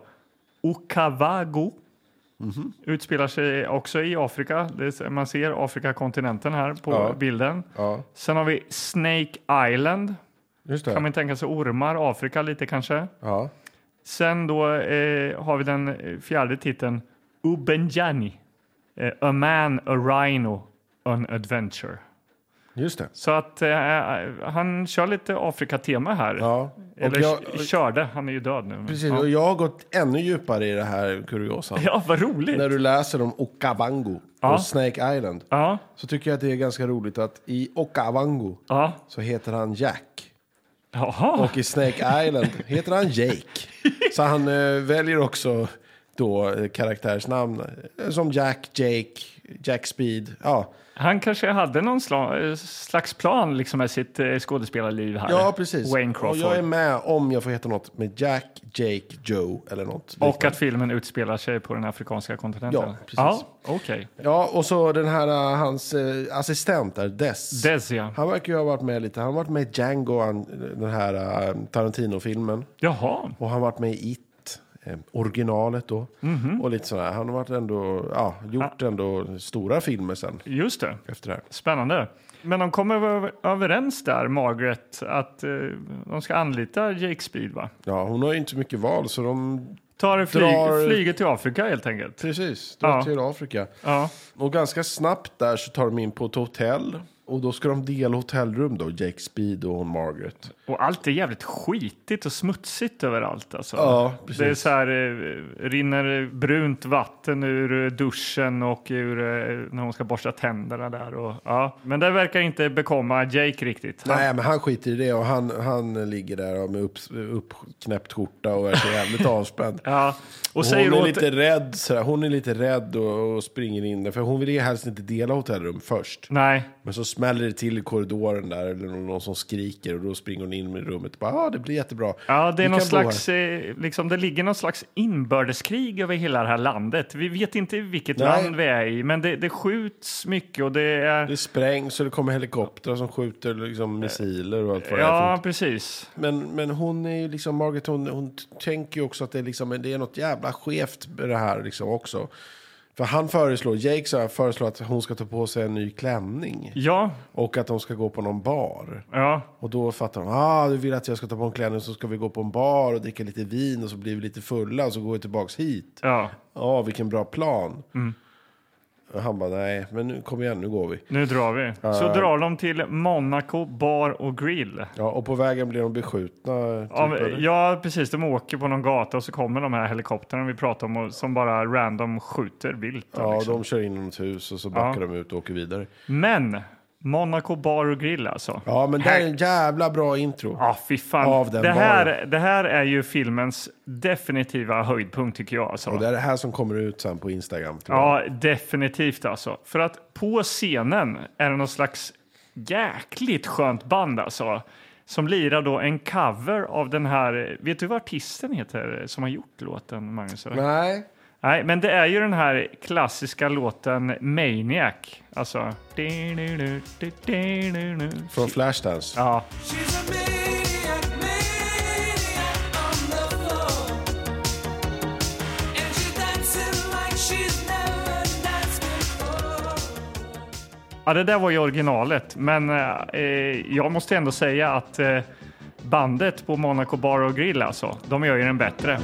Okavago. Mhm. Utspelar sig också i Afrika. Det är, man ser Afrikakontinenten här på Ja. bilden. Ja, Sen har vi Snake Island. just det. Kan man tänka sig ormar, Afrika lite kanske. Ja, Sen då eh, har vi den eh, fjärde titeln, Ubenjani. Eh, A man, a rhino, an adventure. just det. Så att eh, han kör lite Afrika-tema här. Ja. Och Eller jag, k- körde, han är ju död nu. men- precis, ja. och jag har gått ännu djupare i det här kuriosan. Ja, vad roligt. När du läser om Okavango Ja. och Snake Island Ja, så tycker jag att det är ganska roligt att i Okavango ja. så heter han Jack. Jaha. Och i Snake Island heter han Jake. Så han eh, väljer också då eh, karaktärsnamn eh, som Jack, Jake, Jack Speed. Ja, Han kanske hade någon sla- slags plan liksom med sitt eh, skådespelarliv här. ja precis. Wayne Och Crawford. jag är med om jag får heta något med Jack, Jake, Joe eller något. Och liknande. att filmen utspelar sig på den afrikanska kontinenten. Ja, precis. Ja, okej. Ja, och så den här, uh, hans uh, assistent där, Des. Des, ja. Han verkar ju ha varit med lite. Han har varit med i Django, han, den här uh, Tarantino-filmen. Jaha. Och han har varit med i It, eh, originalet då. Mhm. Och lite sådär. Han har varit ändå, ja, gjort ändå stora filmer sen Just det. efter det här. Spännande. Men de kommer över- överens där, Margaret, att eh, de ska anlita Jake Speed, va? Ja, hon har ju inte så mycket val så de, Tar flyg, Drar- flyget till Afrika helt enkelt. precis, drar Ja. till Afrika. Ja. Och ganska snabbt där så tar de in på ett hotell. Och då ska de dela hotellrum då, Jake Speed och hon Margaret. Och allt är jävligt skitigt och smutsigt överallt. Alltså. Ja, precis. Det är så här, eh, rinner brunt vatten ur eh, duschen och ur, eh, när hon ska borsta tänderna där. Och, ja. Men det verkar inte bekomma Jake riktigt. Han, Nej, men han skiter i det och han, han ligger där med upp, uppknäppt skjorta och verkar jävligt avspänd. ja. Och Och säger hon är åt, lite rädd, sådär. Hon är lite rädd och, och springer in där. För hon vill ju helst inte dela hotellrum först. Nej, Men så smäller det till i korridoren där, eller någon som skriker och då springer hon in i rummet och bara, ah, det blir jättebra. ja, det, är Vi någon kan bo här." slags, eh, liksom, det ligger någon slags inbördeskrig över hela det här landet. Vi vet inte vilket Nej. land vi är i, men det, det skjuts mycket och det är... Det sprängs och det kommer helikoptrar som skjuter liksom, missiler och allt vad det är. Ja, för- precis. Men, men hon är ju liksom, Margaret, hon, hon tänker ju också att det är, liksom, det är något jävla skevt med det här liksom också. För han föreslår, Jake så här, föreslår att hon ska ta på sig en ny klänning. Ja, Och att de ska gå på någon bar. ja. Och då fattar de, ah, du vill att jag ska ta på en klänning så ska vi gå på en bar och dricka lite vin och så blir vi lite fulla och så går vi tillbaks hit. ja. Ja, vilken bra plan. Mm. Och han bara, nej, men nu, kom igen, nu går vi. Nu drar vi. Så drar de till Monaco Bar och Grill. Ja, och på vägen blir de beskjutna. Typ, Ja, eller? ja, precis. De åker på någon gata och så kommer de här helikoptrarna vi pratar om och, som bara random skjuter vilt. Ja, liksom. de kör in i något hus och så backar Ja. de ut och åker vidare. Men Monaco Bar och Grill alltså. Ja, men det är en jävla bra intro. Ja, fy fan. Av den det, här, baren. det här är ju filmens definitiva höjdpunkt tycker jag. Alltså. Och det är det här som kommer ut sen på Instagram. tror Ja, definitivt alltså. För att på scenen är det någon slags jäkligt skönt band alltså. Som lirar då en cover av den här, vet du vad artisten heter som har gjort låten, Magnus? jag. Nej. Nej, men det är ju den här klassiska låten Maniac. Alltså... Från Flashdance. Ja, ja, det där var ju originalet. Men eh, jag måste ändå säga att eh, bandet på Monaco Bar och Grill alltså. De gör ju den bättre.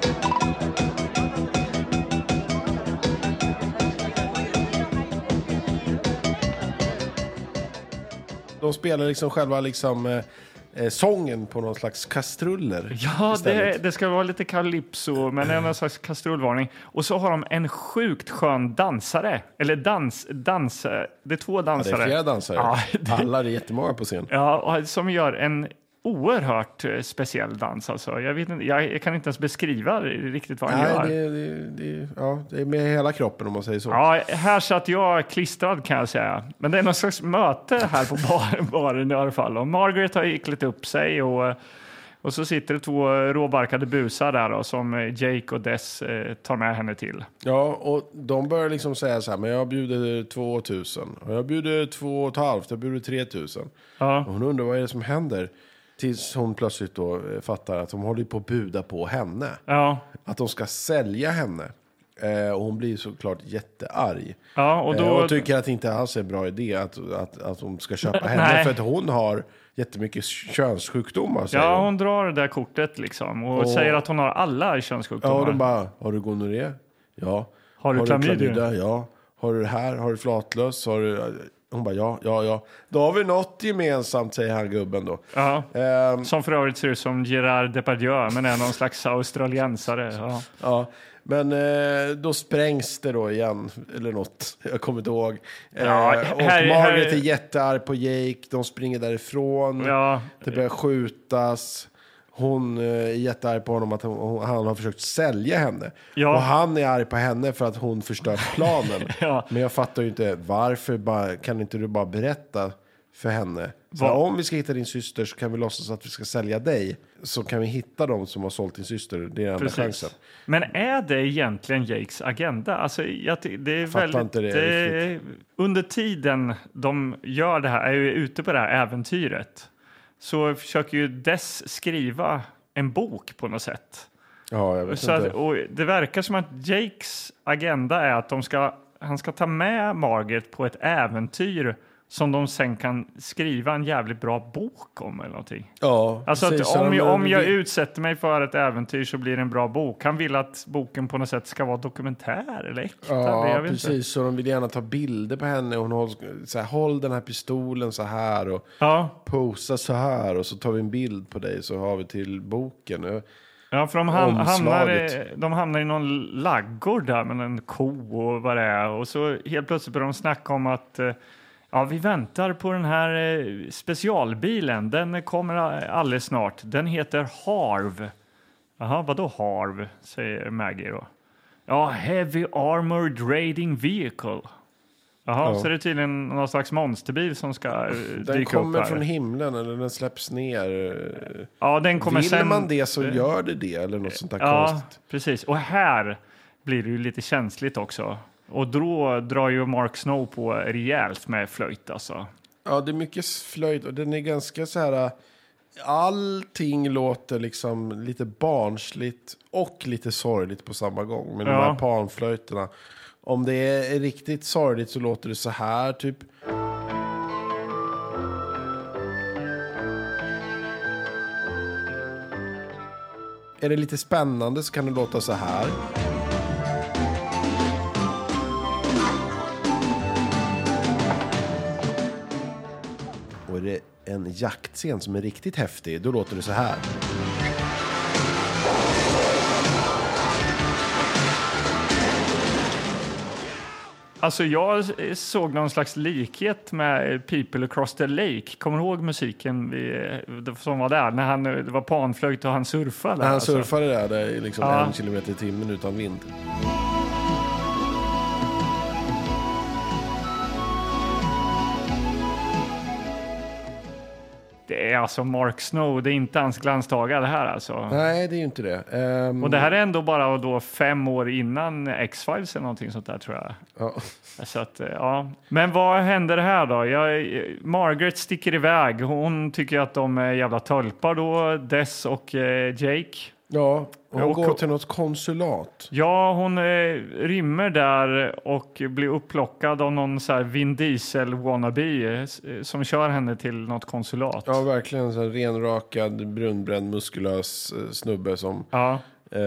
De spelar liksom själva liksom, eh, sången på någon slags kastruller. Ja, istället. det, det ska vara lite calypso, men det är någon slags kastrullvarning. Och så har de en sjukt skön dansare. Eller dans, dans det är två dansare. Ja, det är flera dansare. Ja, det, Alla, det är jättemånga på scen. ja, som gör en oerhört speciell dans. Alltså. Jag, vet inte, jag, jag kan inte ens beskriva riktigt vad han Nej, gör. det, det, det, ja, det är med hela kroppen om man säger så. Ja, här satt jag klistrad kan jag säga. Men det är någon slags möte här på bar, baren i alla fall. Och Margaret har gicklat upp sig och, och så sitter det två råbarkade busar där då, som Jake och Des eh, tar med henne till. Ja, och de börjar liksom säga så här, men jag bjuder två tusen. Och jag bjuder två och ett halvt, jag bjuder tre tusen. Ja. Och hon undrar vad är det som händer. Tills hon plötsligt då eh, fattar att de håller på att buda på henne. Ja. Att de ska sälja henne. Eh, och hon blir såklart jättearg. Ja, och då... Eh, och tycker att det inte alls är en bra idé att, att, att de ska köpa henne. Nej. För att hon har jättemycket könssjukdomar. Säger Ja, hon. hon drar det där kortet liksom. Och, Och- säger att hon har alla könssjukdomar. Ja, och de bara, har du gonorré? Ja. Har du klamydia? Ja. Har du det här? Har du flatlös? Har du... Hon bara, ja, ja, ja. Då har vi något gemensamt, säger han gubben då. Ja. Ehm, Som för övrigt ser ut som Gerard Depardieu, men är någon slags australiensare. Ja. ja. Men eh, då sprängs det då igen, eller något, jag kommer inte ihåg. Eh, Ja, och här- Margaret här- är jättearg på Jake, de springer därifrån. Ja. Det börjar skjutas. Hon eh, är jättearg på honom att hon, hon, han har försökt sälja henne. Ja. Och han är arg på henne för att hon förstört planen. Ja. Men jag fattar ju inte, varför bara, kan inte du bara berätta för henne? Så Va- om vi ska hitta din syster så kan vi låtsas att vi ska sälja dig. Så kan vi hitta dem som har sålt din syster. Det är enda Precis. chansen. Men är det egentligen Jakes agenda? Alltså, jag, ty- det är Fattar väldigt, inte det eh, under tiden de gör det här, är ju ute på det här äventyret, så försöker ju Des skriva en bok på något sätt. Ja, jag vet Så inte. att, och det verkar som att Jakes agenda är att de ska, han ska ta med Margaret på ett äventyr som de sen kan skriva en jävligt bra bok om eller någonting. Ja, Alltså precis. att Så om, de- jag, om jag vi- utsätter mig för ett äventyr så blir det en bra bok. Han vill att boken på något sätt ska vara dokumentär eller äkta. Ja, jag vet precis. Inte. Så de vill gärna ta bilder på henne. Hon håller, så här, håll den här pistolen så här och Ja. posa så här. Och så tar vi en bild på dig så har vi till boken. Ja, för de, ham- hamnar, Omslaget. i- de hamnar i någon laggård där med en ko och vad det är. Och så helt plötsligt börjar de snacka om att eh, ja, vi väntar på den här eh, specialbilen. Den kommer alldeles snart. Den heter Harv. Jaha, vadå Harv? Säger Maggie då. Ja, Heavy Armored Raiding Vehicle. Jaha, Ja. så är det tydligen någon slags monsterbil som ska eh, Den dyka upp kommer här. från himlen eller den släpps ner. Ja, den kommer Vill sen... man det så gör det det eller något sånt där Ja, konstigt. precis. Och här blir det ju lite känsligt också. Och då drar ju Mark Snow på rejält med flöjt alltså. Ja, det är mycket flöjt och den är ganska så här... Allting låter liksom lite barnsligt och lite sorgligt på samma gång. Med de Ja. här panflöjterna. Om det är riktigt sorgligt så låter det så här typ. Är det lite spännande så kan det låta så här. Och är det en jaktscen som är riktigt häftig, då låter det så här. Alltså jag såg någon slags likhet med People Across the Lake. Kommer du ihåg musiken vi, som var där? När han, det var panflöjt och han surfade. När han alltså. surfade där, det är liksom Ja. en kilometer i timmen utan vind. Det är alltså Mark Snow, det är inte hans glansdagar det här alltså. Nej, det är ju inte det. Ehm, Och det här är ändå bara då fem år innan X-Files eller någonting sånt där tror jag. ja. Så att, ja. Men vad händer här då? Jag, Margaret sticker iväg. Hon tycker att de är jävla tölpar då, Des och eh, Jake. Ja, hon Och- går till något konsulat. Ja, hon eh, rymmer där och blir upplockad av någon så här Vin Diesel wannabe eh, s- eh, som kör henne till något konsulat. Ja, verkligen en sån här renrakad, brunbränd, muskulös eh, snubbe som Ja.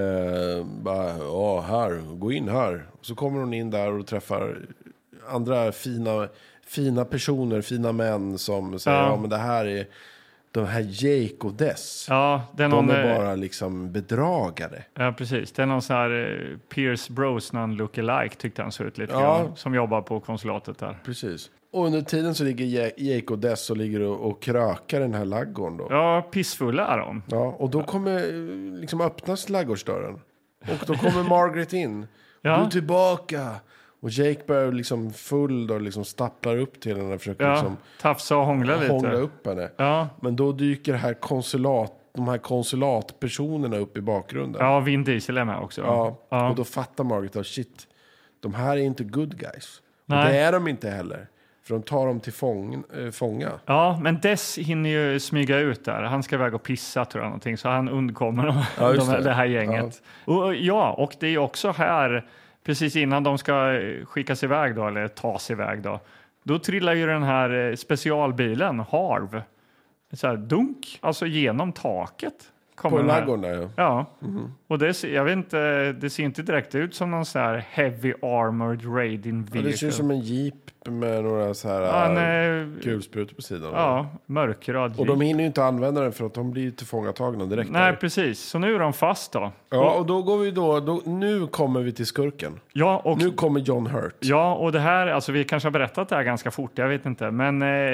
eh, bara, ja, här, gå in här. Och så kommer hon in där och träffar andra fina, fina personer, fina män som säger, Ja. ja, men det här är, de här Jake och Des. Ja, det är De någon, är eh, bara liksom bedragare. ja, precis. Det är någon sån här eh, Pierce Brosnan look-alike tyckte han såg ut lite Ja. grann, som jobbar på konsulatet där. Precis. Och under tiden så ligger Ja- Jake och Des och ligger och, och krökar den här laggården då. Ja, pissfulla är de. Ja, och då kommer eh, liksom öppnas laggårdsdörren. Och då kommer Margaret in. Ja. Du är tillbaka. Och Jake börjar liksom full då, liksom stapplar upp till henne och försöker Ja, liksom tafsa och hångla lite. hångla upp henne. Ja. Men då dyker här konsulat, de här konsulatpersonerna upp i bakgrunden. Ja, Vin Diesel är med också. Ja, Ja. och då fattar Margaret att shit, de här är inte good guys. Och Nej. det är de inte heller. För de tar dem till fång, äh, fånga. Ja, men Des hinner ju smyga ut där. Han ska iväg och pissa tror jag någonting, så han undkommer de, Ja, just de, det. det här gänget. Och, och, ja, och det är också här, precis innan de ska eh, skickas iväg då, eller tas iväg då, då trillar ju den här eh, specialbilen, Harv, så här dunk, alltså genom taket. Kommer På den här- laggården där, ja. Ja, och det, ser- jag vet inte, det ser inte direkt ut som någon sån här heavy armored raiding Ja, vehicle. det ser ut som en jeep med några så här Ja, en, äh, eh, kulsprutor på sidan. Ja, mörkröd Och jeep. de hinner ju inte använda den för att de blir tillfångatagna direkt. Nej, där. precis. Så nu är de fast då. Ja, och då går vi då, då, nu kommer vi till skurken. Ja, och, Nu kommer John Hurt. ja, och det här, alltså vi kanske har berättat det här ganska fort, jag vet inte. Men, eh,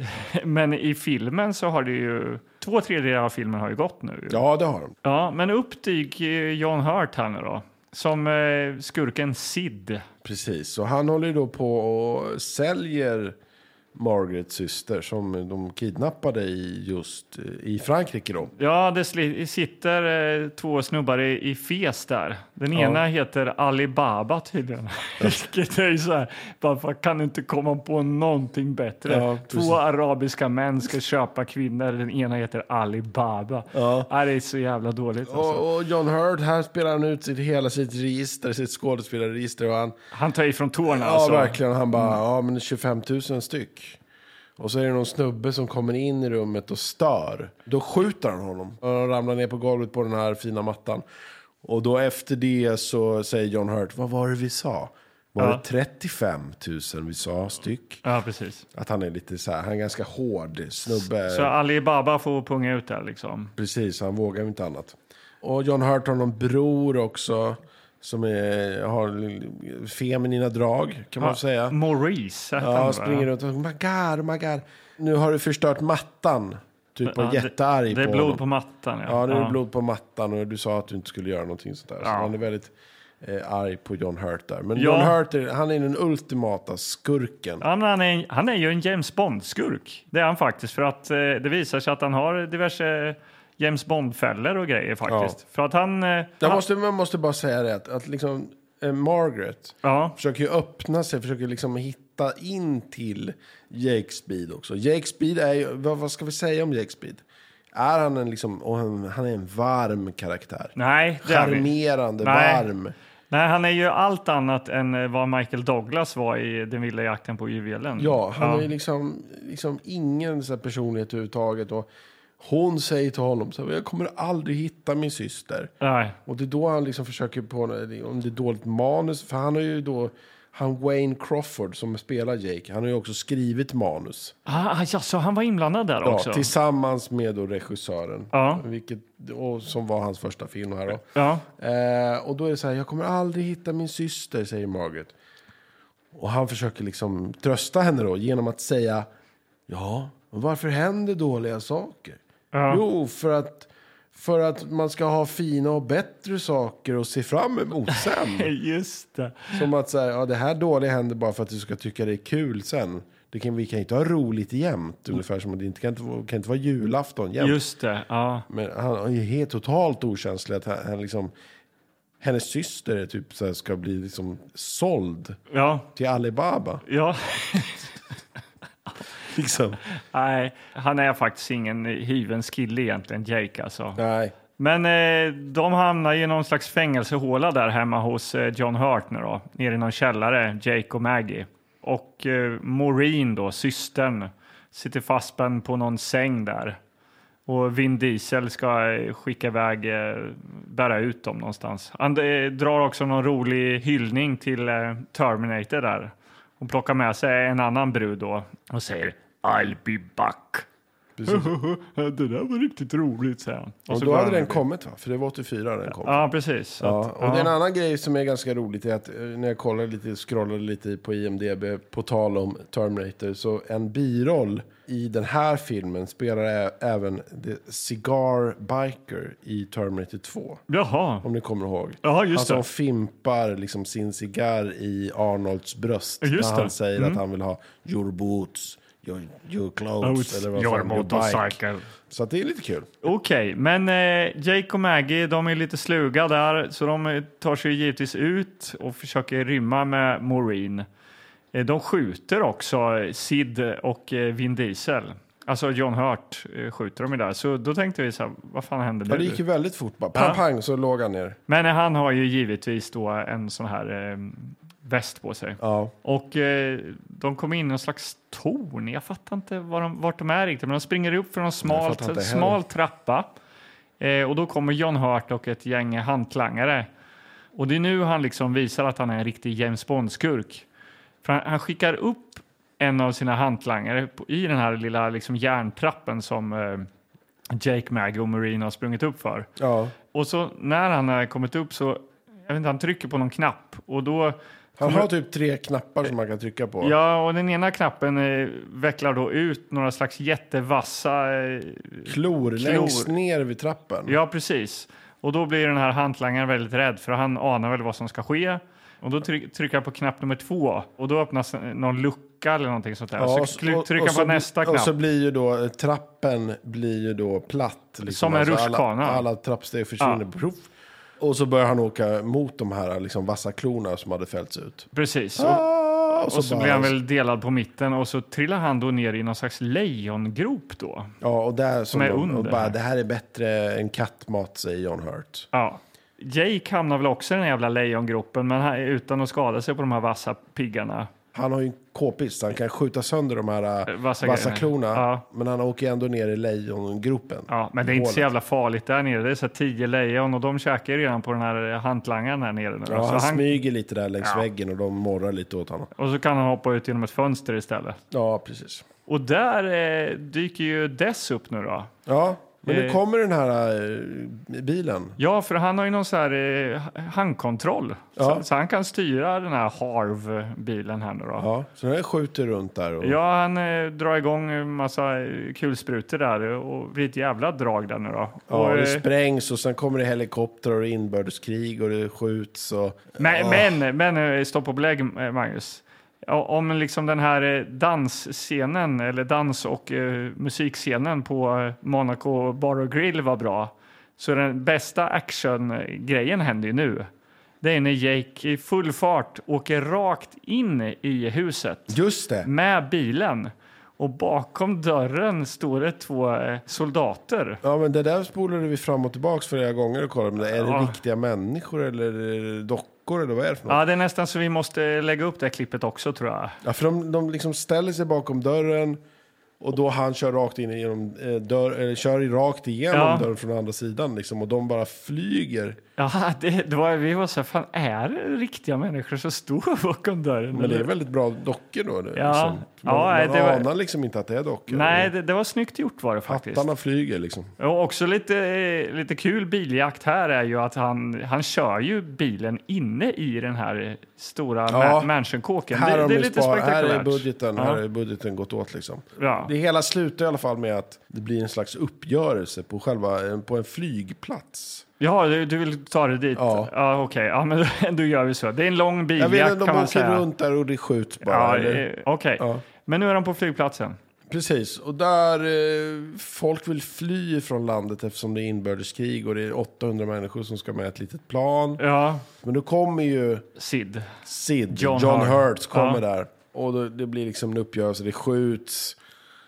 men i filmen så har det ju, två tredjedelar av filmen har ju gått nu. Ja, det har de. Ja, men upp dyker John Hurt här nu då. Som eh, skurken Sid. Precis, så han håller ju då på och säljer Margarets syster som de kidnappade i just i Frankrike då. Ja, det sli- sitter eh, två snubbar i, i fes där. Den Ja. ena heter Alibaba tydligen. Vilket är ju så här, varför kan du inte komma på någonting bättre? Ja, precis. Två arabiska män ska köpa kvinnor. Den ena heter Alibaba. Ja. Ja, det är så jävla dåligt alltså. Och, och John Hurt, här spelar han ut sitt, hela sitt register, sitt skådespelarregister. Och han, Han tar ifrån tårna ja, alltså. verkligen. Han bara, ja men tjugofem tusen styck. Och så är det någon snubbe som kommer in i rummet och stör. Då skjuter han honom. Och han ramlar ner på golvet på den här fina mattan. Och då efter det så säger John Hurt, vad var det vi sa? Var Ja. det trettiofem tusen vi sa styck? Ja, precis. Att han är lite så här, han är ganska hård snubbe. Så Alibaba får punga ut där liksom. Precis, han vågar ju inte annat. Och John Hurt har någon bror också. Som är, har feminina drag, kan man Ja, säga. Maurice heter han, Ja, va? springer runt och oh my god, oh my god. Nu har du förstört mattan. Typ och Ja, det- jättearg Det är på blod honom. på mattan. Ja, Ja, nu är det blod på mattan och du sa att du inte skulle göra någonting sånt där. Så Ja. han är väldigt eh, arg på John Hurt där. Men Ja. John Hurt, är, han är den ultimata skurken. Ja, men han, är, han är ju en James Bond-skurk. Det är han faktiskt. För att eh, det visar sig att han har diverse James Bond-fällor och grejer faktiskt. För att han... Eh, Jag han måste, man måste bara säga det, att, att liksom, eh, Margaret ja, försöker ju öppna sig, försöker liksom hitta in till Jake Speed också. Jake Speed är ju, vad, vad ska vi säga om Jake Speed? Är han en liksom, och han, han är en varm karaktär. nej, det är han inte. Charmerande, Nej. varm. Nej, han är ju allt annat än eh, vad Michael Douglas var i Den vilda jakten på juvelen. Ja, han har ju liksom, liksom ingen så här personlighet överhuvudtaget. Och hon säger till honom så här, jag kommer aldrig hitta min syster. Nej. Och det är då han liksom försöker på, om det är dåligt manus. För han har ju då, han Wayne Crawford som spelar Jake, han har ju också skrivit manus. Ah, ja, så han var inblandad där Ja, också? tillsammans med då regissören. Ja. Vilket, och som var hans första film här då. Ja. Eh, och då är det så här, jag kommer aldrig hitta min syster, säger Margaret. Och han försöker liksom trösta henne då genom att säga, ja, men varför händer dåliga saker? Ja. Jo, för att, för att man ska ha fina och bättre saker att se fram emot sen. Just det. Som att säga, ja, det här dåliga händer bara för att du ska tycka det är kul sen. Det kan, vi kan inte ha roligt jämt. Ungefär som att det inte kan, inte, vara- kan inte vara julafton jämt. Just det, ja. Men han är ju helt totalt okänslig att han, han liksom, hennes syster är typ så här, ska bli liksom såld Ja, till Alibaba. ja. Liksom. Nej, han är faktiskt ingen hyvens kille egentligen, Jake alltså. Nej. Men eh, de hamnar i någon slags fängelsehåla där hemma hos eh, John Hurt nu då. Nere i någon källare, Jake och Maggie. Och eh, Maureen då, systern, sitter fastspänd på någon säng där. Och Vin Diesel ska eh, skicka iväg, eh, bära ut dem någonstans. Han eh, drar också någon rolig hyllning till eh, Terminator där. Och plockar med sig en annan brud då. Och säger, I'll be back. Det där var riktigt roligt, säger han. Och, och då hade den kommit, va? För det var åttiofyra den kom. Ja, precis. Ja, att, och ja. det är en annan grej som är ganska roligt är att när jag kollade lite, scrollade lite på I M D B på tal om Terminator, så en biroll i den här filmen spelar ä- även The Cigar Biker i Terminator två. Jaha. Om ni kommer ihåg. Ja, just han som det. fimpar liksom sin cigarr i Arnolds bröst. Just när det. han säger Mm. att han vill ha your boots, your, your clothes. Eller vad Your fan, your motorcycle. bike. Så att det är lite kul. Okej, okay, men eh, Jake och Maggie, de är lite sluga där. Så de tar sig givetvis ut och försöker rymma med Maureen. Eh, de skjuter också Sid och eh, Vin Diesel. Alltså John Hurt eh, skjuter de där. Så då tänkte vi så här, vad fan hände nu? Ja, det gick ju väldigt fort bara. Pang, Ja. pang, så låg han ner. Men eh, han har ju givetvis då en sån här eh, väst på sig. Ja. Och eh, de kommer in i en slags torn. Jag fattar inte var de, vart de är riktigt. Men de springer upp för en fattar inte smalt, heller. smal trappa. Eh, och då kommer John Hurt och ett gäng hantlangare. Och det är nu han liksom visar att han är en riktig James Bond-skurk. För han, han skickar upp en av sina hantlangare på, i den här lilla liksom, järntrappen som eh, Jake, Maggie och Maureen har sprungit upp för. Ja. Och så när han har kommit upp så, jag vet inte, han trycker på någon knapp. Och då... Han har typ tre knappar som man kan trycka på. Ja, och den ena knappen eh, vecklar då ut några slags jättevassa eh, klor, klor längst ner vid trappen. Ja, precis. Och då blir den här hantlangaren väldigt rädd för han anar väl vad som ska ske. Och då tryck, trycker han på knapp nummer två och då öppnas någon lucka eller någonting sånt där. Ja, så trycker och, han och på så, nästa knapp. Och så blir ju då trappen blir ju då platt. Liksom. Som en alltså rutschkana. alla, alla trappsteg försvinner. Ja. Och så börjar han åka mot de här liksom, vassa klorna som hade fällts ut. Precis. Ah, och, och så, och så bara... blir han väl delad på mitten och så trillar han då ner i någon slags lejongrop då. Ja, och där som, som är de, under. Och bara, det här är bättre än kattmat, säger John Hurt. Ja. Jake hamnar väl också i den jävla lejongropen, men han, utan att skada sig på de här vassa piggarna. Han har ju en k-pist, han kan skjuta sönder de här äh, vassa, vassa klorna. Ja. Men han åker ändå ner i lejongropen. Ja, men det är inte så jävla farligt där nere. Det är så tio lejon och de käkar ju redan på den här hantlangaren här nere. Nu. Ja, så han, han smyger lite där längs ja. väggen och de morrar lite åt honom. Och så kan han hoppa ut genom ett fönster istället. Ja, precis. Och där eh, dyker ju Dess upp nu då. Ja, men nu Eh. kommer den här eh, bilen. Ja, för han har ju någon så här eh, handkontroll. Ja. Så, så han kan styra den här Harv-bilen här nu då. Ja, så den skjuter runt där. Och... Ja, han eh, drar igång en massa eh, kulsprutor där och blir ett jävla drag där nu då. Ja, och, det eh, sprängs och sen kommer det helikoptrar och inbördeskrig och det skjuts. Och... Men, oh. men, men eh, stopp och belägg, eh, Magnus. Ja, om liksom den här eh, dansscenen eller dans- och eh, musikscenen på eh, Monaco Bar och Grill var bra, så den bästa actiongrejen händer ju nu. Det är när Jake i full fart åker rakt in i huset. Just det. Med bilen. Och bakom dörren står det två eh, soldater. Ja, men det där spolade vi fram och tillbaka flera gånger och kollade. Men är det Ja. riktiga människor eller är det dockor eller vad är det för något? Ja, det är nästan så vi måste lägga upp det här klippet också, tror jag. Ja, för de, de liksom ställer sig bakom dörren och då han kör rakt in genom eh, dörr, eller kör rakt igenom Ja. dörren från andra sidan liksom, och de bara flyger. Ja, det, det var, vi var så här, fan, är det riktiga människor som står bakom dörren? Men det är väldigt bra dockor då. Det, Ja. liksom. Man, Ja, man det var- anar liksom inte att det är dockor. Nej, det, det var snyggt gjort var det faktiskt. Hattarna flyger liksom. Och också lite, lite kul biljakt här är ju att han, han kör ju bilen inne i den här stora Ja. ma- mansionkåken. Här, Det, har det är de lite spar, här spektakulärt. är budgeten, Ja. här är budgeten gått åt liksom. Ja. Det hela slutar i alla fall med att det blir en slags uppgörelse på själva på en flygplats. Ja, du, du vill ta det dit? Ja. Ja, okej. Ja, men då, då gör vi så. Det är en lång Jag biljakt vet inte, kan de man åker säga. runt där och det skjuts bara. Ja, eller? eh, okej. Ja. Men nu är de på flygplatsen. Precis, och där eh, folk vill fly från landet eftersom det är inbördeskrig och det är åttahundra människor som ska med ett litet plan. Ja, Men då kommer ju Sid. Sid, John John, Hurt. Hurt kommer Ja. där. Och då, det blir liksom en uppgörelse, det skjuts.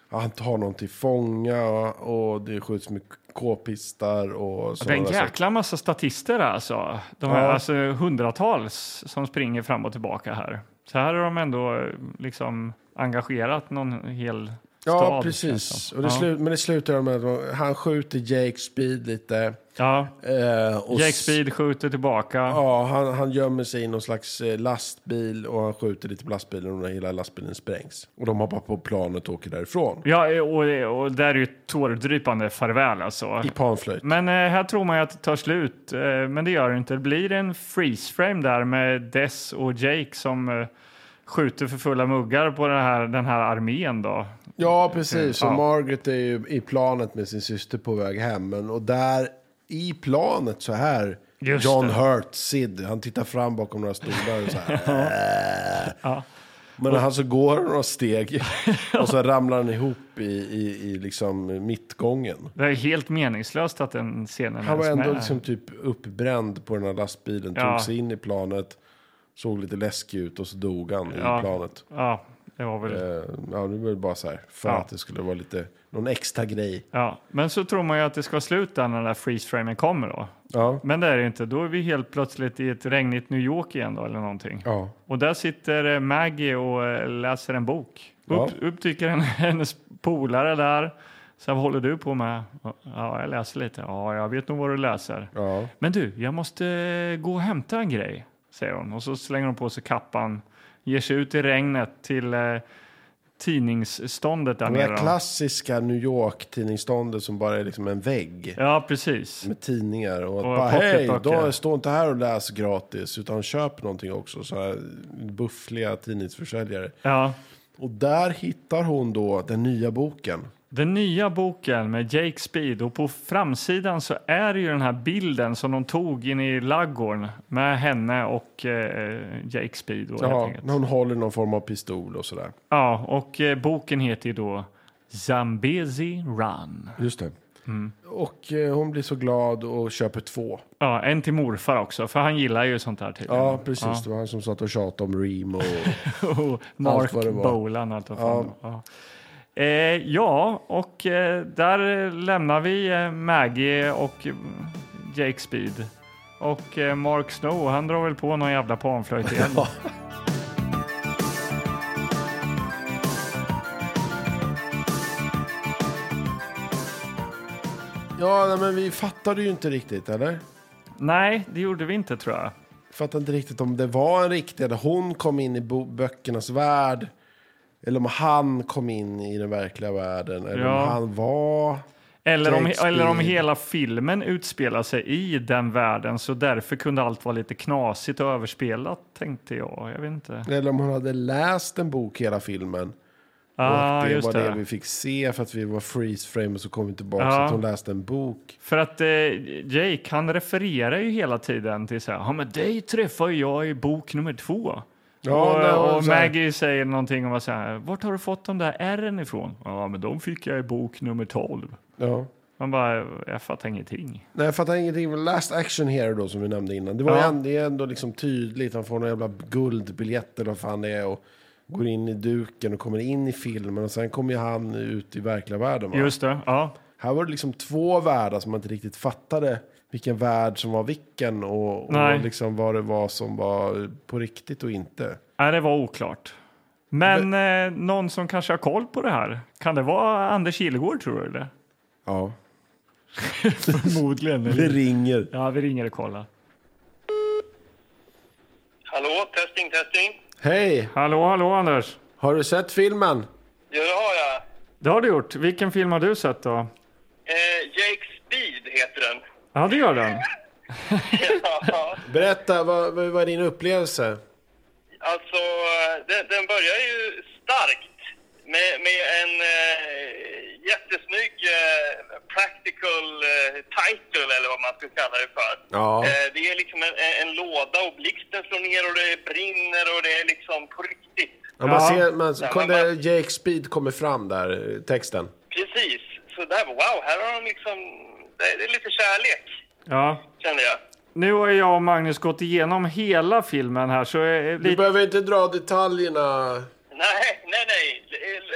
han tar någon till fånga och, och det skjuts med k-pistar och Det är en sådana jäkla massa statister alltså. De är Ja. alltså hundratals som springer fram och tillbaka här. Så här har de ändå liksom engagerat någon hel Ja, stad. precis. Och det Ja. slut, men det slutar med att han skjuter Jake Speed lite. Ja, Eh, och Jake s- Speed skjuter tillbaka. Ja, han, han gömmer sig i någon slags eh, lastbil och han skjuter lite på lastbilen och hela lastbilen sprängs. Och de hoppar på planet och åker därifrån. Ja, och, och där är ju ett tårdrypande farväl alltså. I panflöjt. Men eh, här tror man ju att det tar slut, eh, men det gör det inte. Det blir en freeze frame där med Des och Jake som eh, skjuter för fulla muggar på den här, den här armén då. Ja, precis. Och Ja. Margaret är ju i planet med sin syster på väg hem. Men, och där i planet så här, Just John det. Hurt, Sid, han tittar fram bakom några stolar och så här. äh. Ja. Men han så går han några steg och så ramlar han ihop i, i, i liksom mittgången. Det är helt meningslöst att den scenen Han var ens ändå med. liksom typ uppbränd på den här lastbilen, Ja. tog sig in i planet, såg lite läskig ut och så dog han Ja. i planet. Ja, det var väl... Eh, ja, det var väl bara så här, för Ja. att det skulle vara lite, någon extra grej. Ja, men så tror man ju att det ska vara slut där när den där freeze-framen kommer då. Ja, Men det är det inte. Då är vi helt plötsligt i ett regnigt New York igen då, eller någonting. ja. Och där sitter eh, Maggie och eh, läser en bok. Ja. Upp, upptycker en, hennes polare där. Så vad håller du på med? Ja, jag läser lite. Ja, jag vet nog vad du läser. Ja. Men du, jag måste eh, gå och hämta en grej, säger hon. Och så slänger hon på sig kappan. Ger sig ut i regnet till eh, tidningsståndet där Det nere. där då. klassiska New York-tidningsståndet som bara är liksom en vägg Ja, precis. med tidningar. Och, att Och bara, hej, pocketböcker. då stå inte här och läs gratis, utan köp någonting också. Så här buffliga tidningsförsäljare. Ja. Och där hittar hon då den nya boken. Den nya boken med Jake Speed, och på framsidan så är det ju den här bilden som de tog in i laggården med henne och eh, Jake Speed. Då, helt Ja, enkelt. när hon håller någon form av pistol och sådär. Ja, och eh, boken heter ju då Zambezi Run. Just det. Mm. Och eh, hon blir så glad och köper två. Ja, en till morfar också, för han gillar ju sånt här tydligen. Ja, precis. Det var han som satt och tjatade om Reem och... och Mark Allt vad det var. Bolan. Allt vad fan Ja. det var. Eh, ja, och eh, där lämnar vi eh, Maggie och eh, Jake Speed. Och eh, Mark Snow, han drar väl på någon jävla panflöjt igen. Ja, nej, men vi fattade ju inte riktigt, eller? Nej, det gjorde vi inte, tror jag. Fattade inte riktigt om det var en riktig, eller hon kom in i bo- böckernas värld. Eller om han kom in i den verkliga världen. Eller Ja. om han var... Eller om, Jake eller om Speed. hela filmen utspelar sig i den världen, så därför kunde allt vara lite knasigt och överspelat, tänkte jag. Jag vet inte. Eller om hon hade läst en bok hela filmen. Ah, och det just var det. det. vi fick se för att vi var freeze frame och så kom vi tillbaka Ja. så att hon läste en bok. För att eh, Jake, han refererar ju hela tiden till så här, ja men dig träffar jag i bok nummer två. Ja, det var och och så här- Maggie säger någonting om att så här, vart har du fått de där ärren ifrån? Ja, men de fick jag i bok nummer tolv. Ja. Man bara, jag fattar ingenting. Nej, jag fattar ingenting. Men Last Action Hero då som vi nämnde innan. Det, var Ja. ju ändå, det är ändå liksom tydligt. Han får några jävla guldbiljetter eller vad fan det är. Och går in i duken och kommer in i filmen. Och sen kommer ju han ut i verkliga världen. Va? Just det, ja. Här var det liksom två världar som man inte riktigt fattade vilken värld som var vilken. Och, Nej. och liksom vad det var som var på riktigt och inte. Nej, det var oklart. Men eh, någon som kanske har koll på det här, kan det vara Anders Kilegård, tror du? Eller? Ja, Förmodligen. det ringer. Ja, vi ringer och kollar. Hallå, testing, testing. Hej, Hallå, hallå Anders. har du sett filmen? Ja, det har jag. Det har du gjort. Vilken film har du sett då? Eh, Jake Speed heter den. Ja, det gör den. Ja, Berätta, vad, vad var din upplevelse? alltså, den, den börjar ju starkt med, med en eh, jättesnygg eh, practical eh, title, eller vad man ska kalla det för. Ja. Eh, det är liksom en, en, en låda och blixten slår ner och det brinner och det är liksom på riktigt. Ja, man Ja. ser, man, Ja, kom men det, man- Jake Speed kommer fram där, texten. Precis. Så där, wow, här har de liksom, det, det är lite kärlek, Ja. känner jag. Nu har jag och Magnus gått igenom hela filmen här, så är Du lite... behöver inte dra detaljerna. Nej, nej, nej.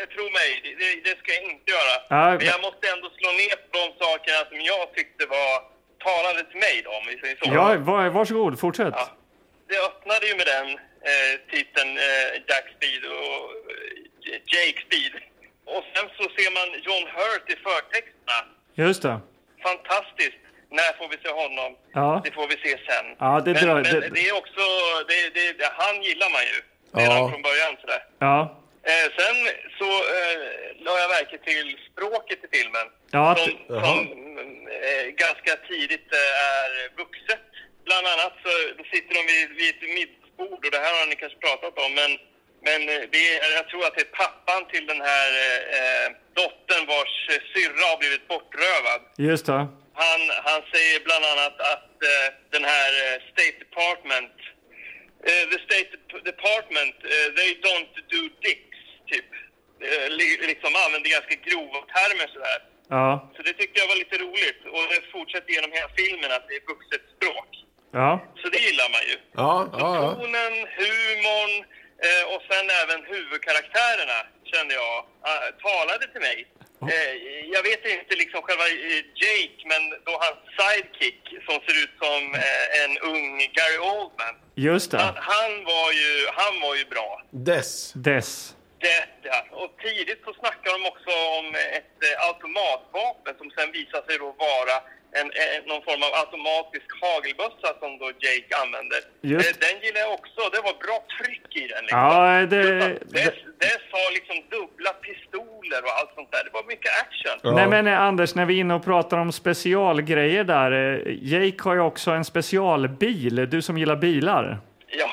tro mig, det, det ska jag inte göra. Ja, men jag måste ändå slå ner på de sakerna som jag tyckte var talade till mig då, om vi säger så. Ja, var, varsågod, fortsätt. Ja. Det öppnade ju med den eh, titeln eh, Jack Speed och eh, Jake Speed. Och sen så ser man John Hurt i förtexterna. Just det. Fantastiskt. När får vi se honom? Ja. Det får vi se sen. Ja, det men, drar, men det... det är också, det, det, det, han gillar man ju. Redan Ja. från början sådär. Ja. Eh, sen så eh, la jag verke till språket i filmen. Ja, som att- som eh, ganska tidigt eh, är vuxet. Bland annat så sitter de vid, vid ett middagsbord, och det här har ni kanske pratat om. Men, men eh, det är, jag tror att det är pappan till den här eh, dottern vars eh, syrra har blivit bortrövad. Just det. Han, han säger bland annat att eh, den här eh, State Department, eh, the State Department, eh, they don't do dicks, typ. Eh, li, liksom använder ganska grova termer sådär. Ja. Så det tyckte jag var lite roligt. Och det fortsätter genom hela filmen att det är vuxet språk. Ja. Så det gillar man ju. Ja, ja, ja. Tonen, humorn eh, och sen även huvudkaraktärerna, kände jag, äh, talade till mig. Eh, jag vet inte liksom själva eh, Jake, men då hans sidekick som ser ut som eh, en ung Gary Oldman. Just Han, det. han, var ju, han var ju bra. Dess. Dess. Det, ja. Och tidigt så snackar de också om ett eh, automatvapen som sen visar sig då vara en, en, någon form av automatisk hagelbössa som då Jake använder. Just. Eh, den gillar jag också. Det var bra tryck i den. Liksom. Ja, det... Det, det sa liksom dubbla pistoler och allt sånt där. Det var mycket action. Ja. Nej men eh, Anders, när vi är inne och pratar om specialgrejer där. eh, Jake har ju också en specialbil. Du som gillar bilar. Ja,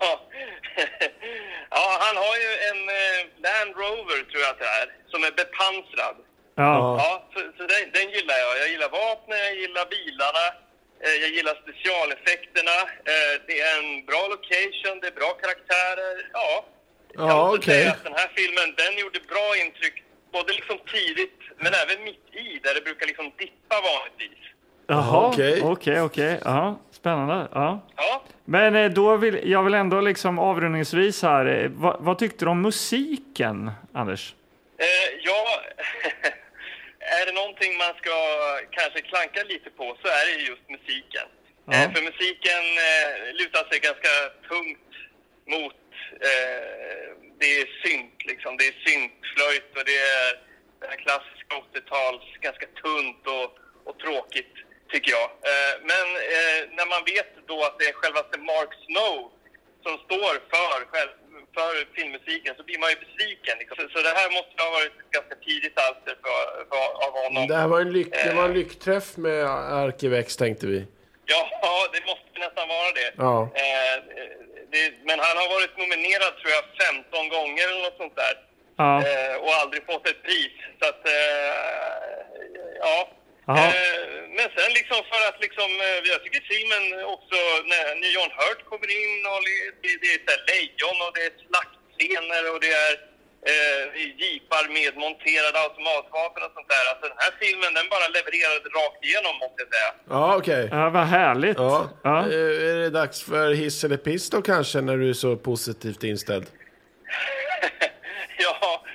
ja han har ju en eh, Land Rover, tror jag att det är, som är bepansrad. Ja. Ja, så, så den, den gillar jag. Jag gillar vapnen, jag gillar bilarna, eh, jag gillar specialeffekterna. Eh, det är en bra location, det är bra karaktärer. Ja, jag Ja, måste okej. säga att den här filmen, den gjorde bra intryck. Både liksom tidigt, men även mitt i, där det brukar liksom dippa vanligtvis. Jaha, Okej. okej, okej. Ja, spännande. Ja. Ja, Men eh, då vill jag vill ändå liksom avrundningsvis här. eh, Vad, vad tyckte du om musiken, Anders? eh, ja... Är det någonting man ska kanske klanka lite på, så är det just musiken. Ja. Eh, för musiken eh, lutar sig ganska tungt mot, eh, det är synt liksom, det är syntflöjt och det är det här klassiska åttio-tals, ganska tunt och, och tråkigt tycker jag. Eh, men eh, när man vet då att det är självaste Mark Snow som står för själv, för filmmusiken, så blir man ju besviken. Liksom. Så, så det här måste ha varit ett ganska tidigt alster för, för, av honom. Det här var en, lyck, det var en lyckträff med Arkivex, tänkte vi. Ja, det måste nästan vara det. Ja. Eh, det. Men han har varit nominerad, tror jag, femton gånger eller något sånt där. Ja. Eh, och aldrig fått ett pris. Så att, eh, ja. Aha. Eh, men sen liksom för att liksom, eh, jag tycker filmen också, när, när John Hurt kommer in och det, det är så här lejon och det är slaktscener och det är eh, jeepar med monterade automatvapen och sånt där. Alltså den här filmen, den bara levererade rakt igenom, måste jag säga. Ja, okej. Ja, vad härligt. Ja. Ja. Eh, Är det dags för hiss eller piss då kanske, när du är så positivt inställd? Ja.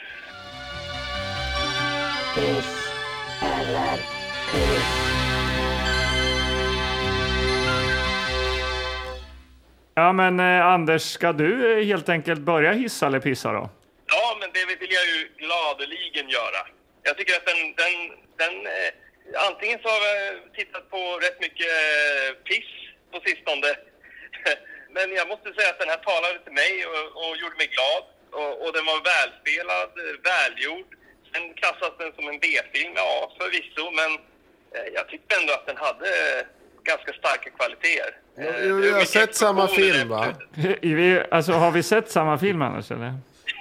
Ja, men eh, Anders, ska du eh, helt enkelt börja hissa eller pissa då? Ja, men det vill jag ju gladeligen göra. Jag tycker att den, den, den eh, antingen så har jag tittat på rätt mycket eh, piss på sistone. Men jag måste säga att den här talade till mig och, och gjorde mig glad. Och, och den var välspelad, eh, välgjord. Sen klassas den som en B-film, ja förvisso. Men eh, jag tyckte ändå att den hade eh, ganska starka kvaliteter. Ja, vi har sett samma film, va? Vi, alltså, har vi sett samma film, Anders? Eller?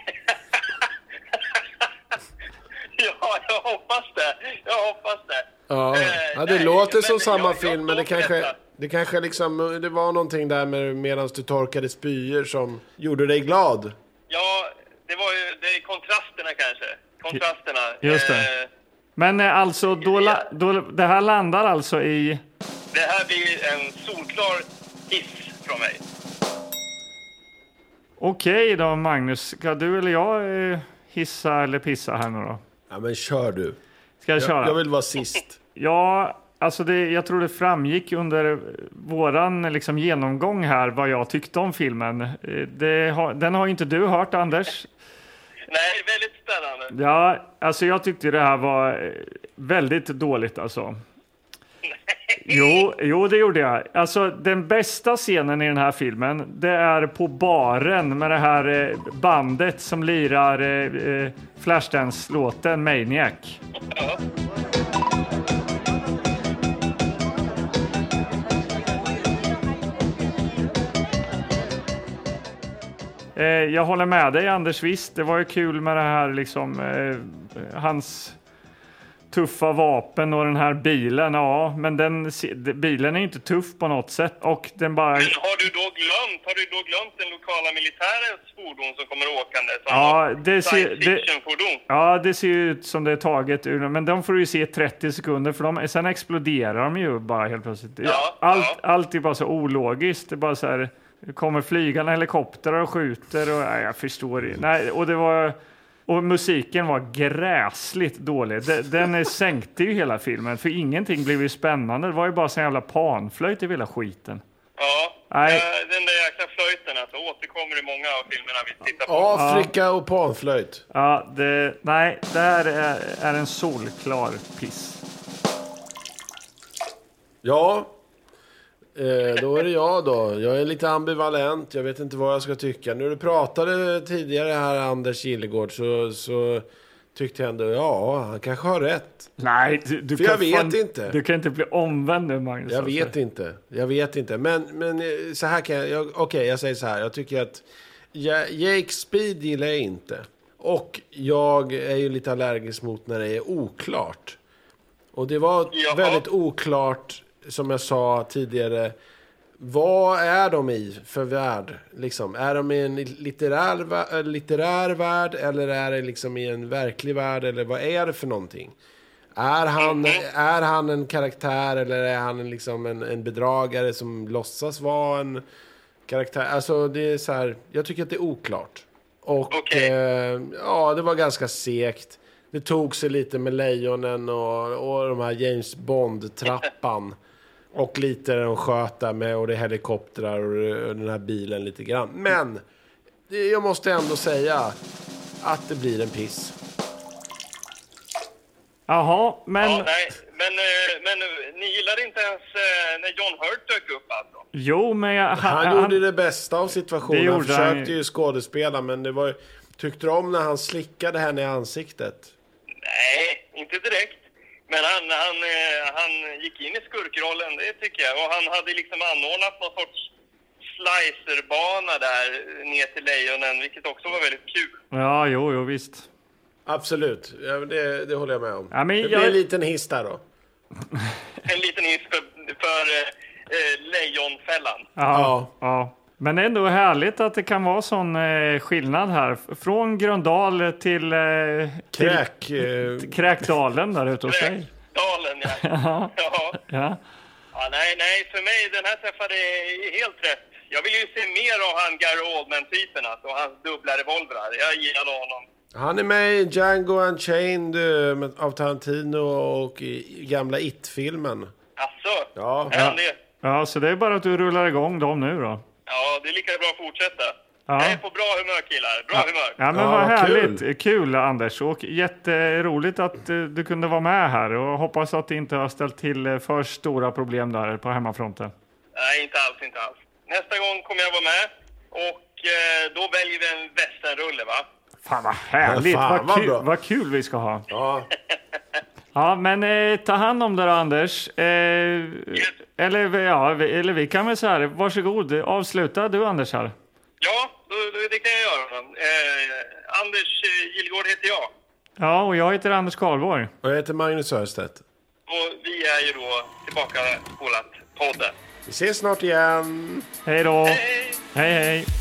Ja, jag hoppas det. Jag hoppas det. Ja, Eh, ja det nej, låter men som samma jag- jag film, men det står för kanske, detta. det kanske liksom, det var någonting där med medan du torkade spyor som gjorde dig glad. Ja, det var ju det är kontrasterna kanske. Kontrasterna. Just det. Eh, Men eh, alltså, då, la, då, det här landar alltså i... det här blir en solklar hiss från mig. Okej då, Magnus. Ska du eller jag eh, hissa eller pissa här nu då? Ja, men kör du. Ska jag, Jag, köra? jag vill vara sist. Ja, alltså det, jag tror det framgick under våran liksom, genomgång här vad jag tyckte om filmen. Det har, den har inte du hört, Anders. Nej, väldigt spännande. Ja, alltså jag tyckte det här var väldigt dåligt alltså. Jo, jo, det gjorde jag. Alltså den bästa scenen i den här filmen, det är på baren med det här bandet som lirar eh, Flashdance-låten Maniac. Ja. Eh, jag håller med dig, Anders, visst. Det var ju kul med det här liksom eh, hans tuffa vapen och den här bilen, ja, men den bilen är inte tuff på något sätt och den bara... Men har du då glömt, har du då glömt den lokala militärens fordon som kommer åkande som ja, det ser, det, fordon? ja, det ser ut som det är taget ur, men de får du ju se trettio sekunder för de, sen exploderar de ju bara helt plötsligt. Ja, allt, ja. allt är bara så ologiskt, det är bara så här, det kommer flygande helikoptrar och skjuter och nej, jag förstår det. Nej, och det var... Och musiken var gräsligt dålig. Den sänkte ju hela filmen. För ingenting blev ju spännande. Det var ju bara så jävla panflöjt i hela skiten. Ja, Nej. den där jäkla flöjten alltså, återkommer i många av filmerna vi tittar på. Afrika och panflöjt. Ja, det, nej, det här är, är en solklar piss. Ja, eh, då är det jag då. Jag är lite ambivalent. Jag vet inte vad jag ska tycka. När du pratade tidigare här, Anders Gillegård, så, så tyckte jag ändå, ja, han kanske har rätt. Nej, du, du För kan jag vet fan, inte. Du kan inte bli omvänd nu, Magnus. Jag vet inte. Jag vet inte. Men, men så här kan jag... jag Okej, okay, jag säger så här. Jag tycker att Jake Speed gillar jag inte. Och jag är ju lite allergisk mot när det är oklart. Och det var Jaha. väldigt oklart, som jag sa tidigare. Vad är de i för värld? Liksom, är de i en litterär, litterär värld eller är det liksom i en verklig värld? Eller vad är det för någonting? Är han, är han en karaktär eller är han en, liksom en, en bedragare som låtsas vara en karaktär? Alltså det är så här, jag tycker att det är oklart. Och Okej. eh, ja, det var ganska sekt. Det tog sig lite med lejonen och, och de här James Bond-trappan. Och lite de sköt där med och det är helikoptrar och den här bilen lite grann. Men jag måste ändå säga att det blir en piss. Jaha, men... Ja, nej, men, eh, men ni gillade inte ens eh, när John Hurt dök upp alltså? Jo, men jag, Han, han gjorde det bästa av situationen. Han försökte han... ju skådespela, men det var, tyckte du om när han slickade henne i ansiktet? Nej, inte direkt. Men han, han, eh, han gick in i skurkrollen, det tycker jag. Och han hade liksom anordnat någon sorts slicerbana där ner till lejonen, vilket också var väldigt kul. Ja, jo, jo, visst. Absolut, ja, det, det håller jag med om. Ja, men det jag... blir en liten hiss där då. En liten hiss för, för eh, lejonfällan. Ja, Ja. ja. Men det är ändå härligt att det kan vara sån eh, skillnad här. Från Gröndal till... Eh, till Kräk... Eh, till Kräkdalen där ute hos dig. Dalen, ja. Ja. ja. Ja. Ja, nej, nej, för mig den här träffade helt rätt. Jag vill ju se mer av han Gary Oldman-typen, alltså, och hans dubbla revolvrar. Jag gillade honom. Han är med i Django Unchained uh, av Tarantino och i gamla It-filmen. Asså? Ja. Är han det? Ja, så det är bara att du rullar igång dem nu då. Ja, det är lika bra att fortsätta. Ja. Jag är på bra humör, killar. Bra humör. Ja, men Ja, vad härligt. kul. Kul. Anders. Och jätteroligt att eh, du kunde vara med här. Och hoppas att det inte har ställt till eh, för stora problem där på hemmafronten. Nej, inte alls, inte alls. Nästa gång kommer jag vara med. Och eh, då väljer vi en västernrulle, va? Fan vad härligt. Ja, fan, vad, vad kul, bra. vad kul vi ska ha. Ja. Ja, men eh, ta hand om det då, Anders. Eh, eller, ja, vi- eller vi kan väl så här, varsågod, avsluta du, Anders, här. Ja, då, då, det kan jag göra. Eh, Anders eh, Gillgård heter jag. Ja, och jag heter Anders Karlborg. Och jag heter Magnus Örstedt. Och vi är ju då tillbaka på podden. Vi ses snart igen. Hej då. Hej! Hej, hej.